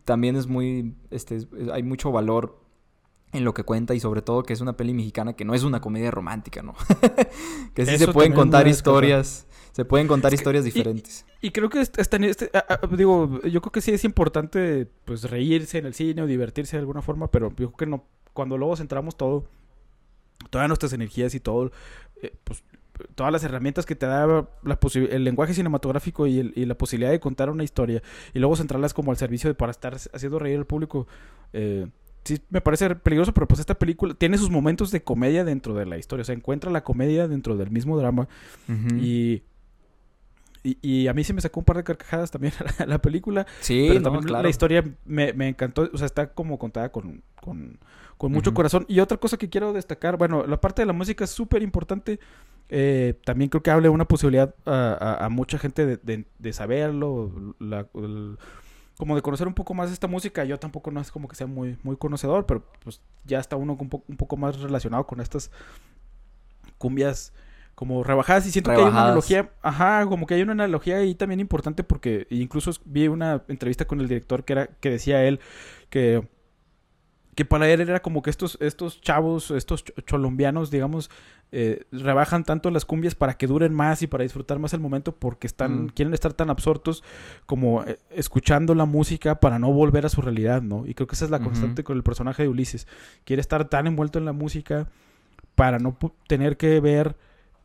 también es muy, hay mucho valor en lo que cuenta y sobre todo que es una peli mexicana que no es una comedia romántica, ¿no? Que sí Eso se pueden también contar me historias, se pueden contar Es que- historias diferentes. Y creo que digo, yo creo que sí es importante pues reírse en el cine o divertirse de alguna forma, pero yo creo que no, cuando luego centramos todas nuestras energías y todo, pues todas las herramientas que te da el lenguaje cinematográfico y la posibilidad de contar una historia y luego centrarlas como al servicio para estar haciendo reír al público, sí me parece peligroso, pero pues esta película tiene sus momentos de comedia dentro de la historia, o sea, encuentra la comedia dentro del mismo drama. Ujú. Y a mí sí me sacó un par de carcajadas también la película. Sí, Pero no, también claro. la historia me encantó. O sea, está como contada con mucho Ujú. corazón. Y otra cosa que quiero destacar, bueno, la parte de la música es súper importante. También creo que habla de una posibilidad a mucha gente de saberlo, como de conocer un poco más esta música. Yo tampoco no es como que sea muy, muy conocedor, pero pues ya está uno un poco más relacionado con estas cumbias como rebajadas y siento que hay una Rebajadas. analogía, ajá, como que hay una analogía ahí también importante porque incluso vi una entrevista con el director que decía él que para él era como que estos chavos, estos cholombianos, digamos, rebajan tanto las cumbias para que duren más y para disfrutar más el momento porque Mm. quieren estar tan absortos como escuchando la música para no volver a su realidad, ¿no? Y creo que esa es la Ujú. constante con el personaje de Ulises. Quiere estar tan envuelto en la música para no tener que ver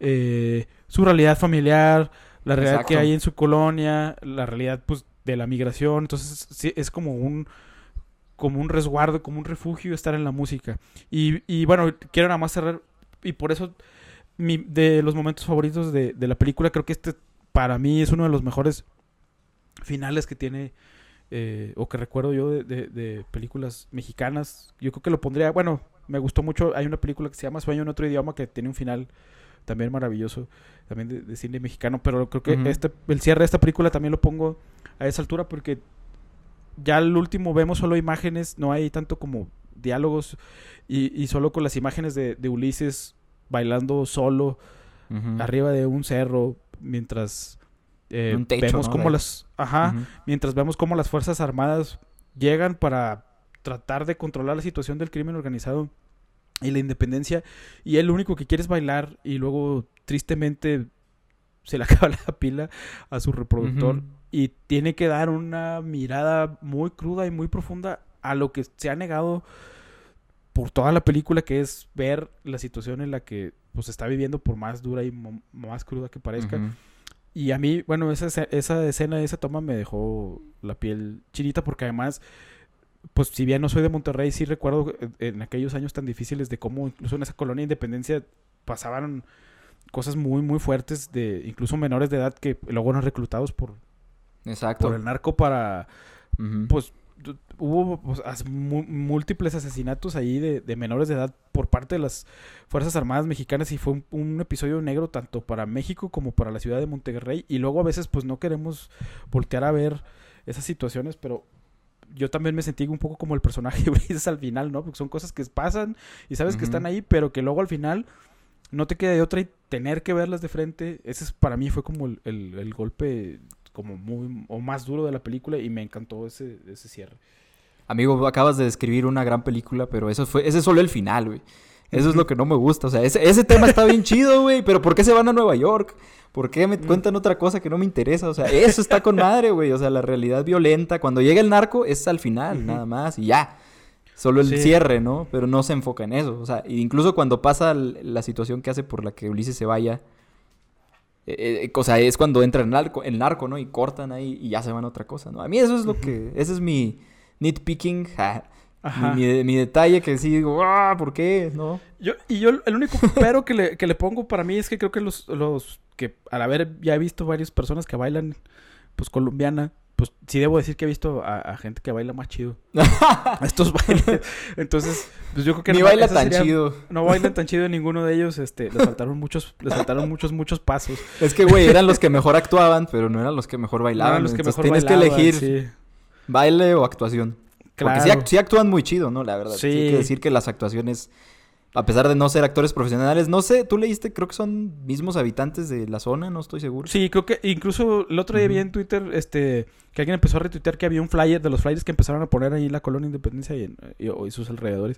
su realidad familiar, la realidad que Exacto. hay en su colonia, la realidad pues de la migración. Entonces sí, es como un resguardo, como un refugio estar en la música. Y bueno, quiero nada más cerrar y por eso de los momentos favoritos de la película, creo que este para mí es uno de los mejores finales que tiene o que recuerdo yo de películas mexicanas. Yo creo que lo pondría, bueno, me gustó mucho, hay una película que se llama Sueño en otro idioma que tiene un final también maravilloso, también de cine mexicano, pero creo que Ujú. el cierre de esta película también lo pongo a esa altura porque ya al último vemos solo imágenes, no hay tanto como diálogos y solo con las imágenes de Ulises bailando solo Ujú. arriba de un cerro mientras En un techo, vemos ¿no? cómo ajá, Ujú. mientras vemos cómo las Fuerzas Armadas llegan para tratar de controlar la situación del crimen organizado y la independencia y él lo único que quiere es bailar y luego tristemente se le acaba la pila a su reproductor Ujú. y tiene que dar una mirada muy cruda y muy profunda a lo que se ha negado por toda la película, que es ver la situación en la que pues está viviendo por más dura y más cruda que parezca. Ujú. Y a mí, bueno, esa escena, esa toma me dejó la piel chinita porque además, pues si bien no soy de Monterrey, sí recuerdo en aquellos años tan difíciles de cómo incluso en esa colonia de Independencia pasaban cosas muy, muy fuertes de incluso menores de edad que luego eran reclutados por Exacto. el narco para, Ujú. pues, hubo pues, múltiples asesinatos ahí de menores de edad por parte de las Fuerzas Armadas mexicanas y fue un episodio negro tanto para México como para la ciudad de Monterrey y luego a veces pues no queremos voltear a ver esas situaciones, pero yo también me sentí un poco como el personaje de Ulises al final, ¿no? Porque son cosas que pasan y sabes que Ujú. están ahí, pero que luego al final no te queda de otra y tener que verlas de frente. Ese es, para mí fue como el golpe como muy o más duro de la película y me encantó ese cierre. Amigo, acabas de describir una gran película, pero ese es solo el final, güey. Eso es lo Ujú. que no me gusta. O sea, ese tema está bien chido, güey. Pero ¿por qué se van a Nueva York? ¿Por qué me Mm, cuentan otra cosa que no me interesa? O sea, eso está con madre, güey. O sea, la realidad violenta. Cuando llega el narco es al final, ujú. nada más. Y ya. Solo el Sí, cierre, ¿no? Pero no se enfoca en eso. O sea, incluso cuando pasa la situación que hace por la que Ulises se vaya. O sea, es cuando entra el narco, ¿no? Y cortan ahí y ya se van a otra cosa, ¿no? A mí eso es lo ujú. que... Ese es mi nitpicking. Ajá. Mi detalle que sí digo, ah, ¿por qué? ¿No? Yo el único pero que le pongo para mí es que creo que los que al haber ya he visto varias personas que bailan pues colombiana, pues sí debo decir que he visto a gente que baila más chido. A estos bailes. Entonces, pues yo creo que Ni no, baila esa tan sería, chido. no bailan tan chido ninguno de ellos, les faltaron muchos pasos. Es que, güey, eran los que mejor actuaban, pero no eran los que mejor No eran bailaban. los que Entonces mejor tienes que bailaban, elegir sí. baile o actuación. Porque sí, Claro. sí actúan muy chido, ¿no? La verdad. Sí hay que Sí. decir que las actuaciones A pesar de no ser actores profesionales. No sé, tú leíste, creo que son mismos habitantes de la zona, no estoy seguro. Sí, creo que incluso el otro día vi en Twitter que alguien empezó a retuitear que había un flyer de los flyers que empezaron a poner ahí en la Colonia Independencia y sus alrededores.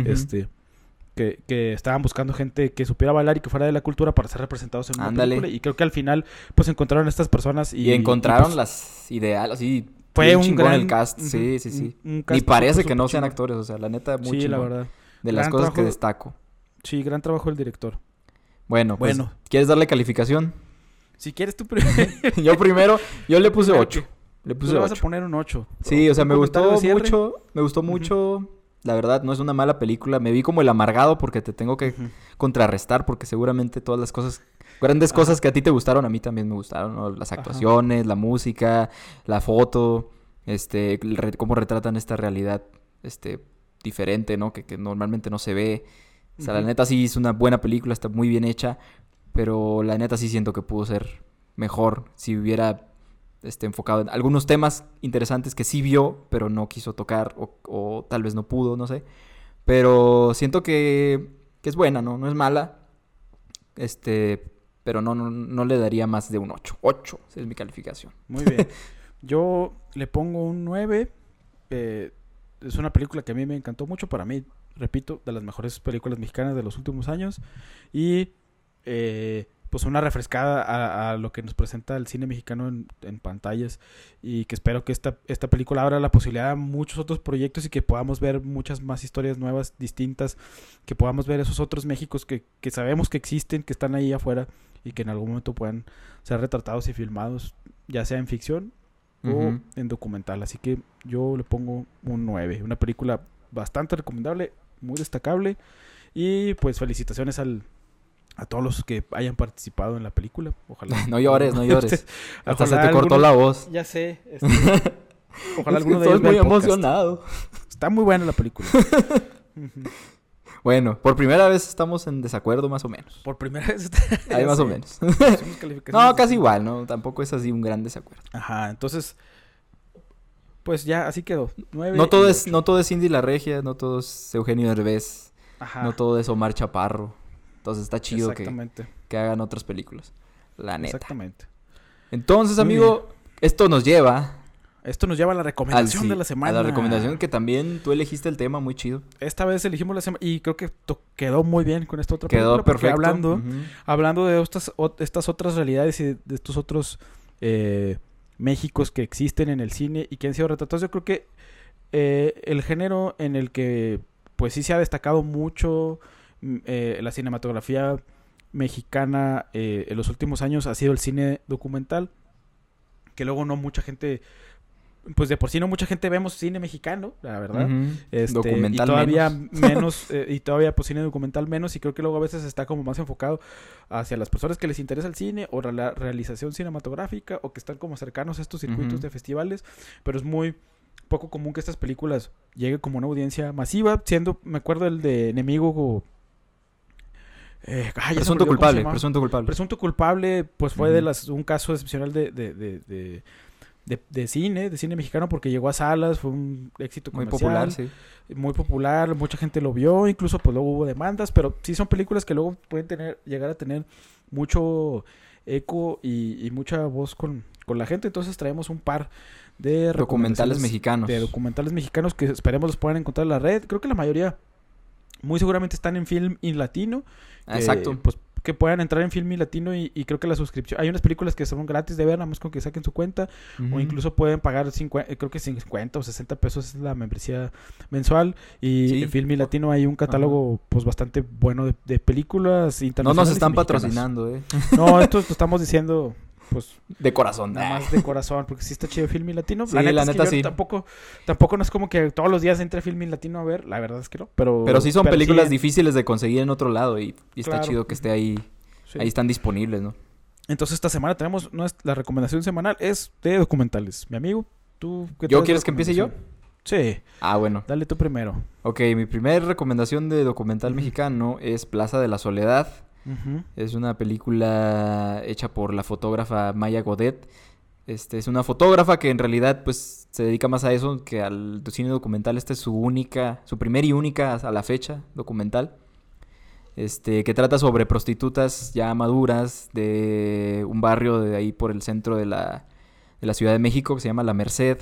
Que estaban buscando gente que supiera bailar y que fuera de la cultura para ser representados en una película. Y creo que al final, pues, encontraron a estas personas y encontraron pues, las ideales, así... Fue un gran... el cast, sí. Un cast. Ni parece que no sean actores, o sea, la neta, muy chingón. Sí, la verdad. De las cosas que destaco. Sí, gran trabajo del director. Bueno, pues, ¿quieres darle calificación? Si quieres tú primero. Yo primero, yo le puse 8. Le puse 8. Le vas a poner un 8. Sí, o sea, me gustó mucho. La verdad, no es una mala película. Me vi como el amargado porque te tengo que contrarrestar porque seguramente todas las cosas, grandes cosas que a ti te gustaron, a mí también me gustaron, ¿no? Las actuaciones, la música, la foto, cómo retratan esta realidad, diferente, ¿no? Que normalmente no se ve. O sea, la neta sí es una buena película, está muy bien hecha, pero la neta sí siento que pudo ser mejor si hubiera enfocado en algunos temas interesantes que sí vio, pero no quiso tocar o tal vez no pudo, no sé. Pero siento que es buena, ¿no? No es mala. Pero no le daría más de un 8. 8 es mi calificación. Muy bien. Yo le pongo un 9. Es una película que a mí me encantó mucho. Para mí, repito, de las mejores películas mexicanas de los últimos años. Y pues una refrescada a lo que nos presenta el cine mexicano en pantallas. Y que espero que esta película abra la posibilidad a muchos otros proyectos y que podamos ver muchas más historias nuevas, distintas. Que podamos ver esos otros Méxicos que sabemos que existen, que están ahí afuera y que en algún momento puedan ser retratados y filmados, ya sea en ficción o en documental. Así que yo le pongo un 9. Una película bastante recomendable, muy destacable. Y pues felicitaciones a todos los que hayan participado en la película. Ojalá. No llores. Hasta se te cortó la voz. Ya sé. Ojalá es alguno que de ellos estoy muy emocionado. Está muy buena la película. Bueno, por primera vez estamos en desacuerdo más o menos. Por primera vez. Ahí más o menos. No, casi igual, ¿no? Tampoco es así un gran desacuerdo. Ajá, entonces... Pues ya, así quedó. 9 no todo es Cindy la Regia, no todo es Eugenio Derbez. Ajá. No todo es Omar Chaparro. Entonces está chido que hagan otras películas. La neta. Exactamente. Entonces, amigo, esto nos lleva a la recomendación de la semana. A la recomendación que también tú elegiste el tema, muy chido. Esta vez elegimos la semana y creo que quedó muy bien con esta otra película. Quedó perfecto. Hablando de estas otras realidades y de estos otros Méxicos que existen en el cine y que han sido retratados, yo creo que el género en el que pues sí se ha destacado mucho la cinematografía mexicana en los últimos años ha sido el cine documental, que luego no mucha gente, pues de por sí no mucha gente vemos cine mexicano, la verdad. Documental y todavía menos y todavía pues cine documental menos, y creo que luego a veces está como más enfocado hacia las personas que les interesa el cine o la realización cinematográfica o que están como cercanos a estos circuitos de festivales, pero es muy poco común que estas películas lleguen como una audiencia masiva, me acuerdo el de Enemigo Presunto culpable, pues fue un caso excepcional de cine mexicano, porque llegó a salas, fue un éxito comercial, muy popular, mucha gente lo vio, incluso pues luego hubo demandas, pero sí son películas que luego pueden llegar a tener mucho eco y mucha voz con la gente. Entonces traemos un par de documentales mexicanos. De documentales mexicanos que esperemos los puedan encontrar en la red. Creo que la mayoría muy seguramente están en Film in Latino. Exacto. Pues que puedan entrar en Film in Latino y creo que la suscripción... Hay unas películas que son gratis de ver, nada más con que saquen su cuenta. O incluso pueden pagar 50 o 60 pesos es la membresía mensual. Y en Film in Latino hay un catálogo pues bastante bueno de películas internacionales. No nos están patrocinando, No, esto lo estamos diciendo... Pues de corazón. Nada más de corazón, porque sí está chido Film in Latino. Sí, la neta sí. Tampoco no es como que todos los días entre Film in Latino a ver, la verdad es que no. Pero sí son películas difíciles de conseguir en otro lado y está chido que esté ahí. Sí. Ahí están disponibles, ¿no? Entonces esta semana tenemos la recomendación semanal es de documentales. Mi amigo, ¿tú qué ¿Yo quieres que empiece yo? Sí. Bueno. Dale tú primero. Ok, mi primera recomendación de documental mexicano es Plaza de la Soledad. Es una película hecha por la fotógrafa Maya Godet. Es una fotógrafa que en realidad pues se dedica más a eso que al cine documental. Esta es su primer y única a la fecha documental. que trata sobre prostitutas ya maduras de un barrio de ahí por el centro de la Ciudad de México que se llama La Merced.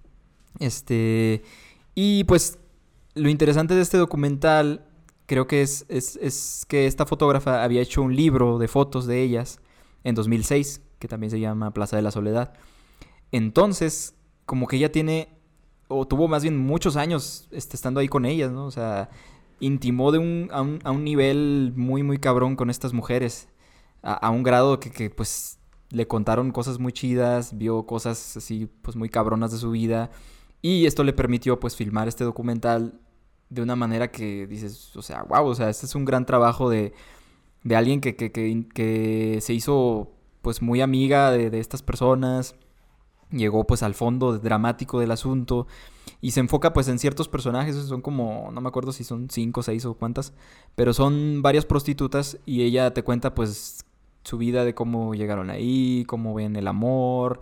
Y pues lo interesante de este documental creo que es que esta fotógrafa había hecho un libro de fotos de ellas en 2006, que también se llama Plaza de la Soledad. Entonces, como que ella tiene, o tuvo más bien muchos años estando ahí con ellas, ¿no? O sea, intimó a un nivel muy, muy cabrón con estas mujeres. A un grado que pues le contaron cosas muy chidas, vio cosas así pues muy cabronas de su vida. Y esto le permitió pues filmar este documental de una manera que dices, o sea, wow, o sea, este es un gran trabajo de alguien que se hizo pues muy amiga de estas personas, llegó pues al fondo dramático del asunto y se enfoca pues en ciertos personajes, son como, no me acuerdo si son 5, 6 o cuántas, pero son varias prostitutas y ella te cuenta pues su vida de cómo llegaron ahí, cómo ven el amor,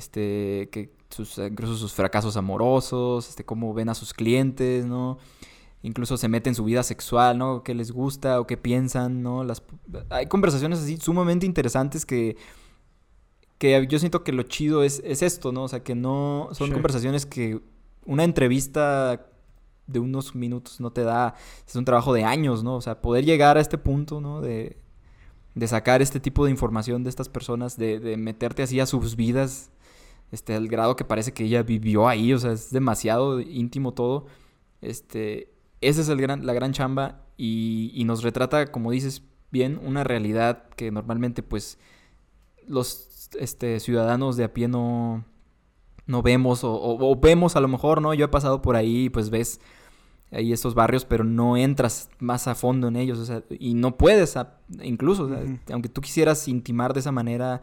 incluso sus fracasos amorosos, cómo ven a sus clientes, ¿no? Incluso se mete en su vida sexual, ¿no? ¿Qué les gusta o qué piensan, ¿no? Hay conversaciones así sumamente interesantes que yo siento que lo chido es esto, ¿no? O sea, que no son conversaciones que una entrevista de unos minutos no te da. Es un trabajo de años, ¿no? O sea, poder llegar a este punto, ¿no? De sacar este tipo de información de estas personas, de meterte así a sus vidas, al grado que parece que ella vivió ahí, o sea, es demasiado íntimo todo. Esa es la gran chamba y nos retrata, como dices bien, una realidad que normalmente pues los ciudadanos de a pie no vemos o vemos a lo mejor, ¿no? Yo he pasado por ahí, pues ves ahí estos barrios, pero no entras más a fondo en ellos, o sea, y no puedes, incluso, o sea, aunque tú quisieras intimar de esa manera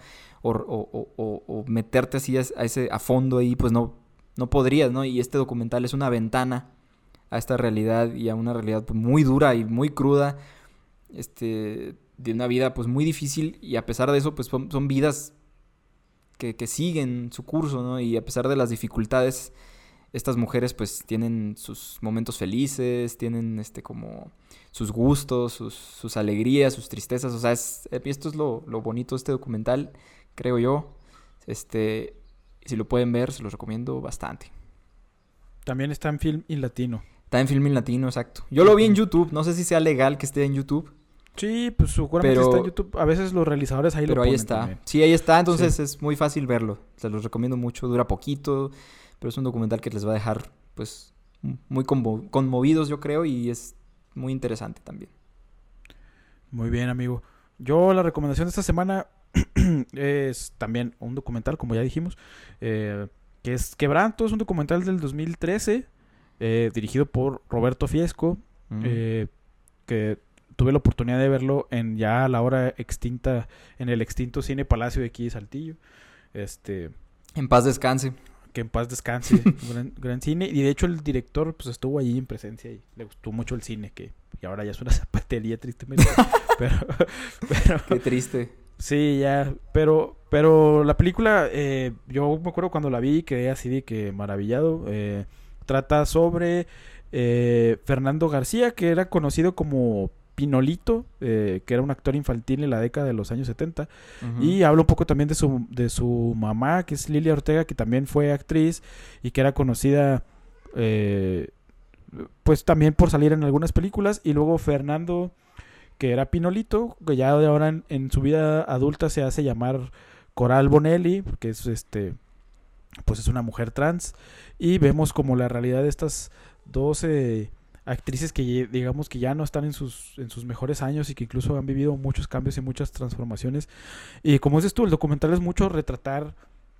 o meterte así a fondo ahí, pues no podrías, ¿no? Y este documental es una ventana a esta realidad y a una realidad pues, muy dura y muy cruda, de una vida pues muy difícil y a pesar de eso pues son vidas que siguen su curso, ¿no? Y a pesar de las dificultades, estas mujeres pues tienen sus momentos felices, tienen como sus gustos, sus alegrías, sus tristezas, o sea, esto es lo bonito de este documental, creo yo. Si lo pueden ver, se los recomiendo bastante. También está en Filmin Latino. Está en Filmin Latino, exacto. Yo lo vi en YouTube, no sé si sea legal que esté en YouTube. Sí, pues seguramente está en YouTube. A veces los realizadores ahí lo ponen. Pero ahí está. También. Sí, ahí está, entonces es muy fácil verlo. Se los recomiendo mucho, dura poquito, pero es un documental que les va a dejar pues muy conmovidos, yo creo, y es muy interesante también. Muy bien, amigo. Yo la recomendación de esta semana es también un documental, como ya dijimos, que es Quebranto, es un documental del 2013, dirigido por Roberto Fiesco, que tuve la oportunidad de verlo en ya a la hora extinta, en el extinto Cine Palacio de aquí de Saltillo. En paz descanse. Que en paz descanse. gran cine. Y de hecho el director pues estuvo allí en presencia y le gustó mucho el cine, y ahora ya es una zapatería tristemente. pero Qué triste. Sí, ya. Pero la película, yo me acuerdo cuando la vi, quedé así de que maravillado. Trata sobre Fernando García, que era conocido como Pinolito, que era un actor infantil en la década de los años 70. Uh-huh. Y habla un poco también de su mamá, que es Lilia Ortega, que también fue actriz y que era conocida pues también por salir en algunas películas. Y luego Fernando, que era Pinolito, que ya de ahora en su vida adulta se hace llamar Coral Bonelli, que es pues es una mujer trans. Y vemos como la realidad de estas 12 actrices que digamos que ya no están en sus mejores años y que incluso han vivido muchos cambios y muchas transformaciones. Y como dices tú, el documental es mucho retratar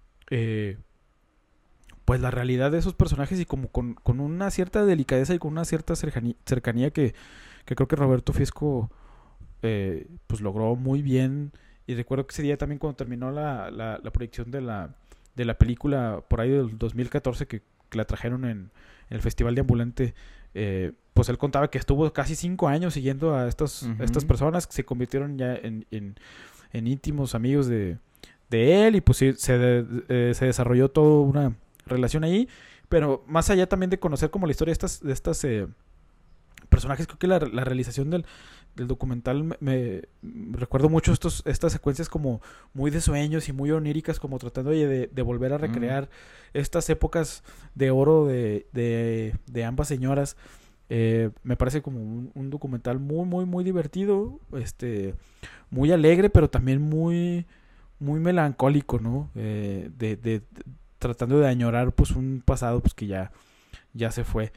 pues la realidad de esos personajes y como con una cierta delicadeza y con una cierta cercanía que creo que Roberto Fiesco pues logró muy bien. Y recuerdo que ese día también cuando terminó la proyección de la película por ahí del 2014 que la trajeron en el Festival de Ambulante, pues él contaba que estuvo casi 5 años siguiendo a estas personas que se convirtieron ya en íntimos amigos de él y pues sí, se desarrolló toda una relación ahí, pero más allá también de conocer como la historia de estas personajes. Creo que la realización del documental me recuerdo mucho estas secuencias como muy de sueños y muy oníricas, como tratando de volver a recrear estas épocas de oro de ambas señoras. Me parece como un documental muy, muy, muy divertido, muy alegre, pero también muy, muy melancólico, ¿no? Tratando de añorar pues un pasado pues que ya se fue.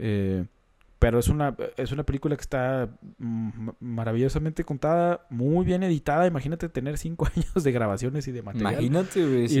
Pero es una película que está maravillosamente contada, muy bien editada. Imagínate tener 5 años de grabaciones y de material. Imagínate, güey, Y sí.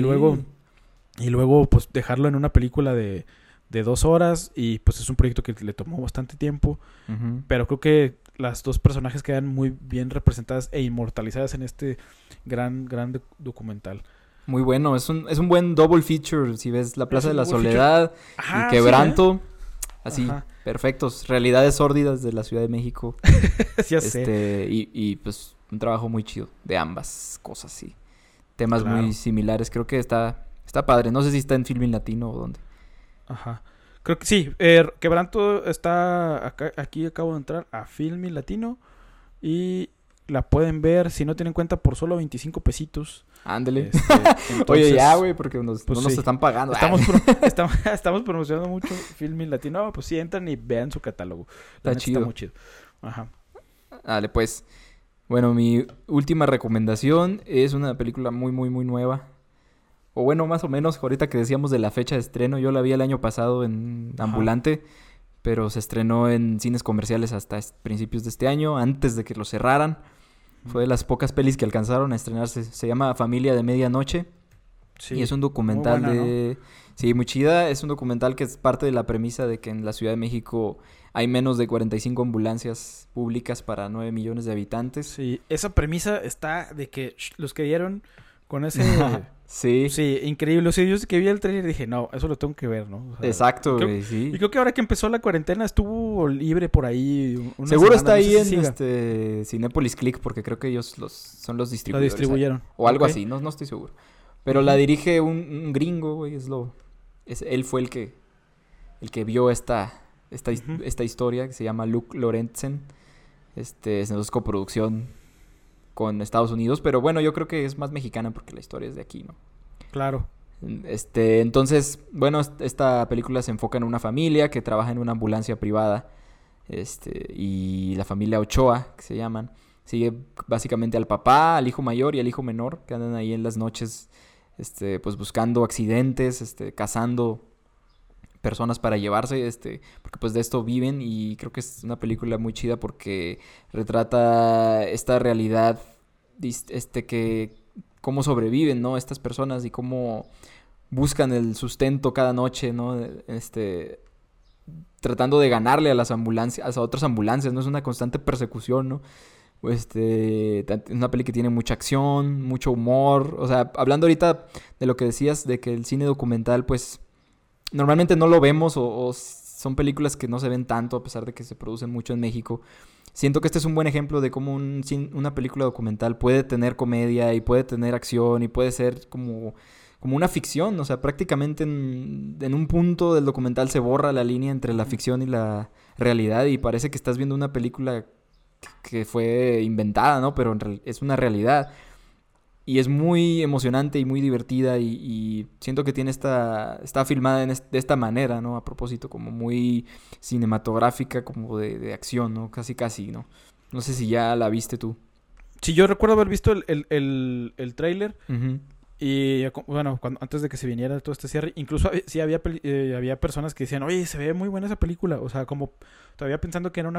luego pues dejarlo en una película de 2 horas. Y pues es un proyecto que le tomó bastante tiempo. Ujú. Pero creo que las dos personajes quedan muy bien representadas e inmortalizadas en este gran documental. Muy bueno, es un buen double feature. Si ves La Plaza Es de un la double Soledad Ajá, y Quebranto, sí, así, Ajá. perfectos. Realidades sórdidas de la Ciudad de México. Ya sé. Y pues un trabajo muy chido de ambas cosas, sí. Temas Claro. muy similares. Creo que está padre. No sé si está en Filmin Latino o dónde. Ajá. Creo que sí. Quebranto está aquí acabo de entrar a Filmin Latino y la pueden ver, si no tienen cuenta, por solo 25 pesitos. Ándele. Entonces, Oye, ya, güey, porque pues no nos sí. están pagando. Estamos promocionando mucho Filmin Latino. Pues sí, entran y vean su catálogo. Está Neta, chido. Está muy chido. Ajá. Dale, pues. Bueno, mi última recomendación es una película muy, muy, muy nueva. O bueno, más o menos, ahorita que decíamos de la fecha de estreno, yo la vi el año pasado en Ajá. Ambulante, pero se estrenó en cines comerciales hasta principios de este año, antes de que lo cerraran. Fue de las pocas pelis que alcanzaron a estrenarse. Se llama Familia de Medianoche. Sí. Y es un documental Muy buena, de... Sí, muy chida. Es un documental que es parte de la premisa de que en la Ciudad de México hay menos de 45 ambulancias públicas para 9 millones de habitantes. Sí, esa premisa está de que los que dieron con ese... Sí. Sí, increíble. O sea, yo que vi el trailer dije, no, eso lo tengo que ver, ¿no? O sea, Exacto, creo- güey, sí. Y creo que ahora que empezó la cuarentena estuvo libre por ahí una Seguro semana, está no sé ahí si en siga. Cinépolis Click, porque creo que ellos son los La distribuidores. distribuyeron. O algo Ok. así, no estoy seguro. Pero la dirige un gringo, güey, él fue el que vio esta Ujú. historia, que se llama Luke Lorentzen. Es coproducción con Estados Unidos, pero bueno, yo creo que es más mexicana porque la historia es de aquí, ¿no? Claro. Entonces, bueno, esta película se enfoca en una familia que trabaja en una ambulancia privada. Y la familia Ochoa, que se llaman, sigue básicamente al papá, al hijo mayor y al hijo menor, que andan ahí en las noches, pues buscando accidentes, cazando personas para llevarse, porque pues de esto viven. Y creo que es una película muy chida porque retrata esta realidad, que cómo sobreviven, ¿no? Estas personas y cómo buscan el sustento cada noche, ¿no? Tratando de ganarle a las ambulancias, a otras ambulancias, ¿no? Es una constante persecución, ¿no? Es una peli que tiene mucha acción, mucho humor. O sea, hablando ahorita de lo que decías, de que el cine documental, pues, normalmente no lo vemos o son películas que no se ven tanto a pesar de que se producen mucho en México. Siento que este es un buen ejemplo de cómo una película documental puede tener comedia y puede tener acción y puede ser como una ficción. O sea, prácticamente en un punto del documental se borra la línea entre la ficción y la realidad y parece que estás viendo una película que fue inventada, ¿no? Pero es una realidad. Y es muy emocionante y muy divertida y siento que está filmada de esta manera, ¿no? A propósito, como muy cinematográfica, como de acción, ¿no? Casi, ¿no? No sé si ya la viste tú. Sí, yo recuerdo haber visto el tráiler. Uh-huh. Y bueno, antes de que se viniera todo este cierre, incluso sí había personas que decían, oye, se ve muy buena esa película. O sea, como todavía pensando que era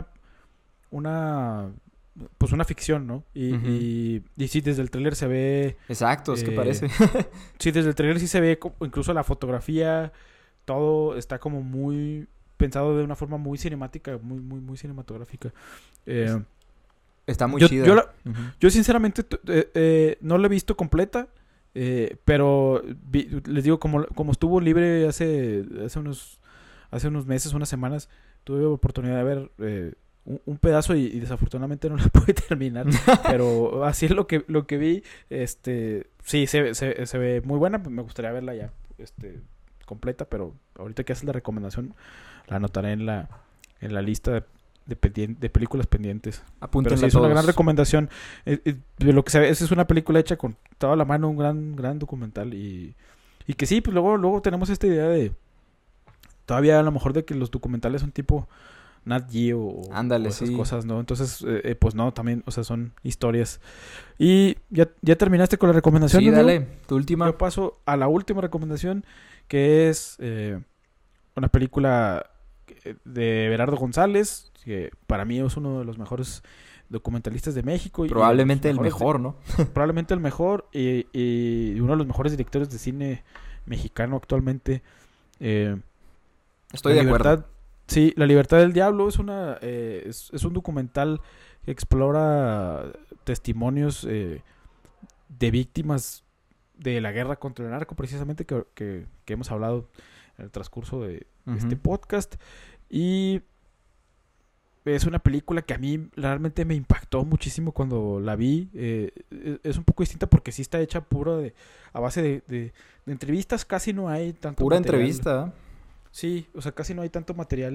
pues una ficción, ¿no? Y sí, desde el tráiler se ve... Exacto, es que parece. Sí, desde el tráiler sí se ve incluso la fotografía, todo está como muy pensado de una forma muy cinemática, muy, muy, muy cinematográfica. Está muy yo, chida. Yo, Uh-huh. yo sinceramente no la he visto completa, pero les digo, como estuvo libre hace unos meses, unas semanas, tuve oportunidad de ver un pedazo y desafortunadamente no la pude terminar, pero así es lo que vi. Sí, se ve muy buena. Me gustaría verla ya completa, pero ahorita que haces la recomendación la anotaré en la lista de películas pendientes. Pero Apúntenla sí, es una todos. gran recomendación. De lo que se ve, esa es una película hecha con toda la mano, un gran documental. Y que sí, pues luego tenemos esta idea de... Todavía a lo mejor de que los documentales son tipo Nat Geo o Ándale, esas sí. cosas, ¿no? Entonces, pues no, también, o sea, son historias. Y ya terminaste con la recomendación, Sí, ¿no? dale, tu última. Yo paso a la última recomendación, que es una película de Berardo González, que para mí es uno de los mejores documentalistas de México. Probablemente y el mejor, ¿no? probablemente el mejor y uno de los mejores directores de cine mexicano actualmente. Estoy de acuerdo. Sí, La Libertad del Diablo es es un documental que explora testimonios de víctimas de la guerra contra el narco, precisamente, que hemos hablado en el transcurso de este podcast. Y es una película que a mí realmente me impactó muchísimo cuando la vi. Es un poco distinta porque sí está hecha a base de entrevistas. Casi no hay tanto Pura material. entrevista. Sí, o sea, casi no hay tanto material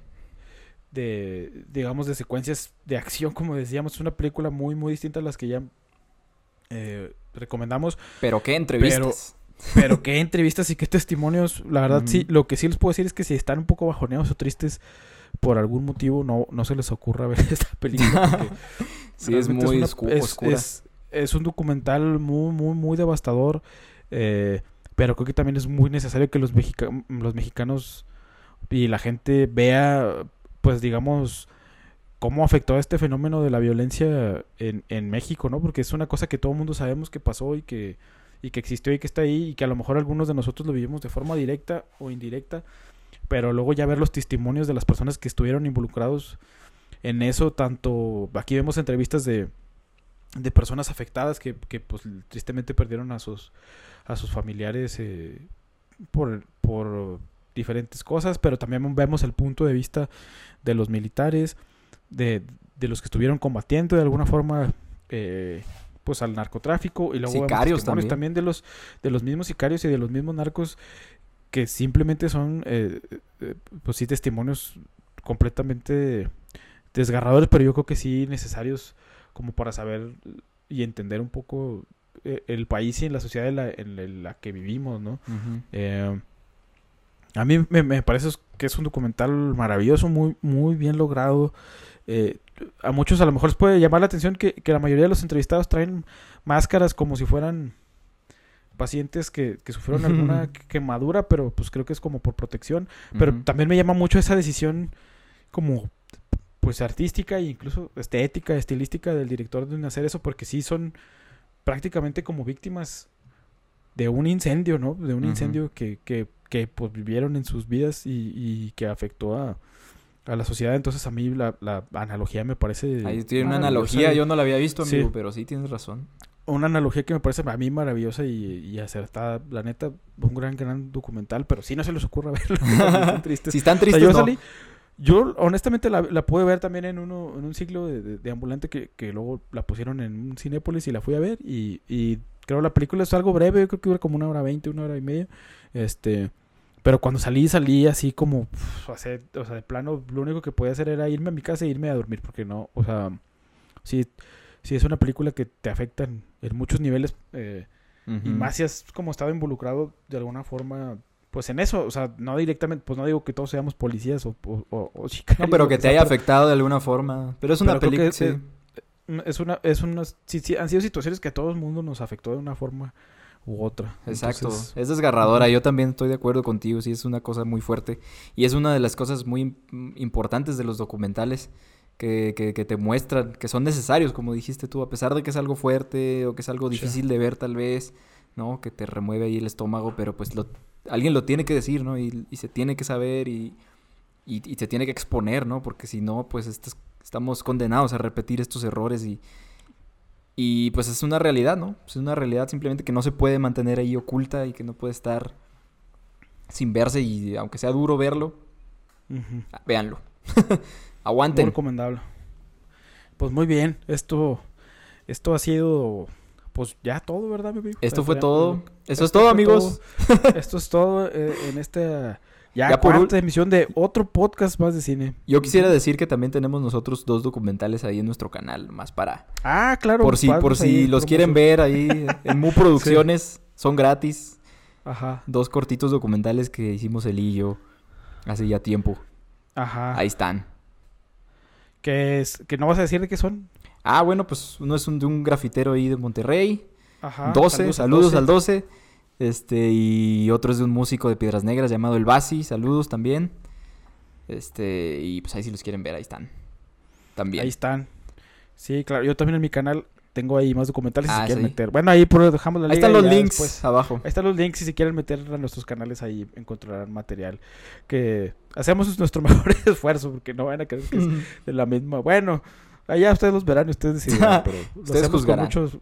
digamos, de secuencias de acción, como decíamos. Es una película muy, muy distinta a las que ya recomendamos. Pero qué entrevistas. Pero qué entrevistas y qué testimonios. La verdad, sí, lo que sí les puedo decir es que si están un poco bajoneados o tristes por algún motivo, no se les ocurra ver esta película. Sí, es muy oscura. Es un documental muy, muy, muy devastador. Pero creo que también es muy necesario que los mexicanos y la gente vea, pues digamos, cómo afectó este fenómeno de la violencia en México, ¿no? Porque es una cosa que todo el mundo sabemos que pasó y que existió y que está ahí, y que a lo mejor algunos de nosotros lo vivimos de forma directa o indirecta, pero luego ya ver los testimonios de las personas que estuvieron involucrados en eso. Tanto aquí vemos entrevistas de personas afectadas que pues tristemente perdieron a sus familiares por diferentes cosas, pero también vemos el punto de vista de los militares, de los que estuvieron combatiendo de alguna forma pues al narcotráfico, y luego sicarios vemos también de los mismos sicarios y de los mismos narcos, que simplemente son pues sí, testimonios completamente desgarradores, pero yo creo que sí necesarios como para saber y entender un poco el país y en la sociedad en la que vivimos, ¿no? A mí me parece que es un documental maravilloso, muy, muy bien logrado. A muchos a lo mejor les puede llamar la atención que la mayoría de los entrevistados traen máscaras como si fueran pacientes que sufrieron alguna quemadura, pero pues creo que es como por protección. Pero también me llama mucho esa decisión como pues artística e incluso estética, estilística del director de hacer eso, porque sí son prácticamente como víctimas de un incendio, ¿no? De un incendio que pues vivieron en sus vidas y que afectó a la sociedad. Entonces a mí la analogía me parece... Ahí tiene una analogía, yo no la había visto, amigo, pero sí tienes razón. Una analogía que me parece a mí maravillosa y acertada. La neta, un gran documental, pero sí no se les ocurra verlo. Están tristes. Si están tristes, o sea, yo honestamente la pude ver también en un ciclo de ambulante que luego la pusieron en un Cinépolis y la fui a ver y creo la película es algo breve, yo creo que dura como 1:20, 1:30. Pero cuando salí así como o sea, de plano lo único que podía hacer era irme a mi casa e irme a dormir, porque no, o sea, sí es una película que te afecta en muchos niveles y más si has como estado involucrado de alguna forma pues en eso, o sea, no directamente, pues no digo que todos seamos policías o sicarios. No, pero que te haya afectado de alguna forma. Pero es una película, sí. Sí, han sido situaciones que a todo el mundo nos afectó de una forma u otra. Exacto. Entonces, es desgarradora. Yo también estoy de acuerdo contigo. Sí, es una cosa muy fuerte. Y es una de las cosas muy importantes de los documentales que te muestran, que son necesarios, como dijiste tú, a pesar de que es algo fuerte o que es algo difícil de ver tal vez, ¿no? Que te remueve ahí el estómago, pero pues alguien lo tiene que decir, ¿no? Y se tiene que saber y se tiene que exponer, ¿no? Porque si no, pues estamos condenados a repetir estos errores y pues es una realidad, ¿no? Es una realidad simplemente que no se puede mantener ahí oculta y que no puede estar sin verse, y aunque sea duro verlo, véanlo. Aguanten. Muy recomendable. Pues muy bien, esto ha sido pues ya todo, ¿verdad, mi amigo? Esto fue todo. Eso es todo, amigos. Esto es todo en esta Ya cuarta emisión de otro podcast más de cine. Yo quisiera decir que también tenemos nosotros 2 documentales ahí en nuestro canal, más para... claro. Por si los quieren ver ahí en Mu Producciones, sí. Son gratis. Ajá. 2 cortitos documentales que hicimos él y yo hace ya tiempo. Ajá. Ahí están. Que no vas a decir de qué son. Bueno, pues uno es de un grafitero ahí de Monterrey. Ajá. 12, saludos al 12. Y otro es de un músico de Piedras Negras llamado El Basi, saludos también. Y pues ahí si los quieren ver, ahí están. También. Ahí están. Sí, claro, yo también en mi canal tengo ahí más documentales si se quieren sí. meter. Bueno, ahí dejamos la liga. Ahí están los links después, abajo. Ahí están los links, si se quieren meter a nuestros canales, ahí encontrarán material. Que hacemos nuestro mejor esfuerzo, porque no van a creer que es de la misma. Bueno, allá ustedes los verán y ustedes decidirán, pero lo hacemos con muchos,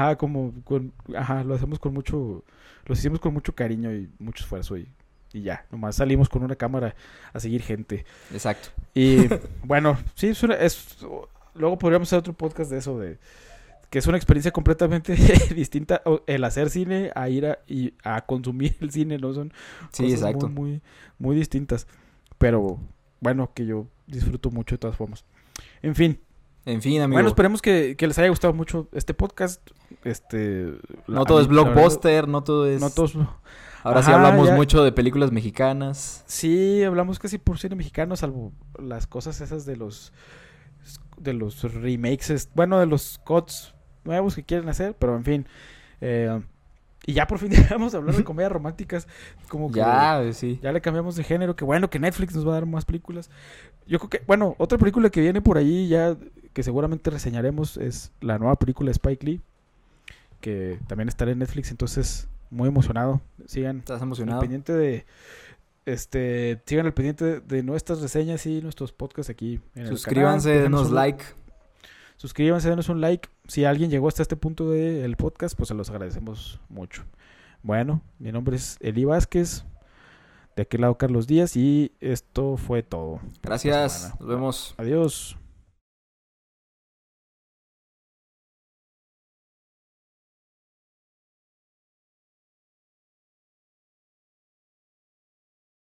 lo hacemos con mucho, los hicimos con mucho cariño y mucho esfuerzo y ya, nomás salimos con una cámara a seguir gente. Exacto. Y bueno, sí, luego podríamos hacer otro podcast de eso, que es una experiencia completamente distinta el hacer cine a ir a consumir el cine, ¿no? Son cosas muy, muy, muy distintas. Pero bueno, que yo disfruto mucho de todas formas. En fin, amigo. Bueno, esperemos que les haya gustado mucho este podcast. No todo es blockbuster, no todo es... No todos... Ahora sí hablamos mucho de películas mexicanas. Sí, hablamos casi por cine mexicano, salvo las cosas esas de los remakes, bueno, de los cuts nuevos que quieren hacer, pero en fin. Y ya por fin vamos a hablar de comedias románticas. Como que sí. Ya le cambiamos de género. Que bueno que Netflix nos va a dar más películas. Yo creo que, bueno, otra película que viene por ahí ya, que seguramente reseñaremos, es la nueva película de Spike Lee, que también estará en Netflix, entonces muy emocionado. ¿Estás emocionado? Sigan al pendiente de nuestras reseñas y nuestros podcasts aquí en el Suscríbanse, canal. denos like. Suscríbanse, denos un like. Si alguien llegó hasta este punto del podcast, pues se los agradecemos mucho. Bueno, mi nombre es Eli Vázquez. De aquel lado Carlos Díaz y esto fue todo. Gracias, nos vemos. Adiós.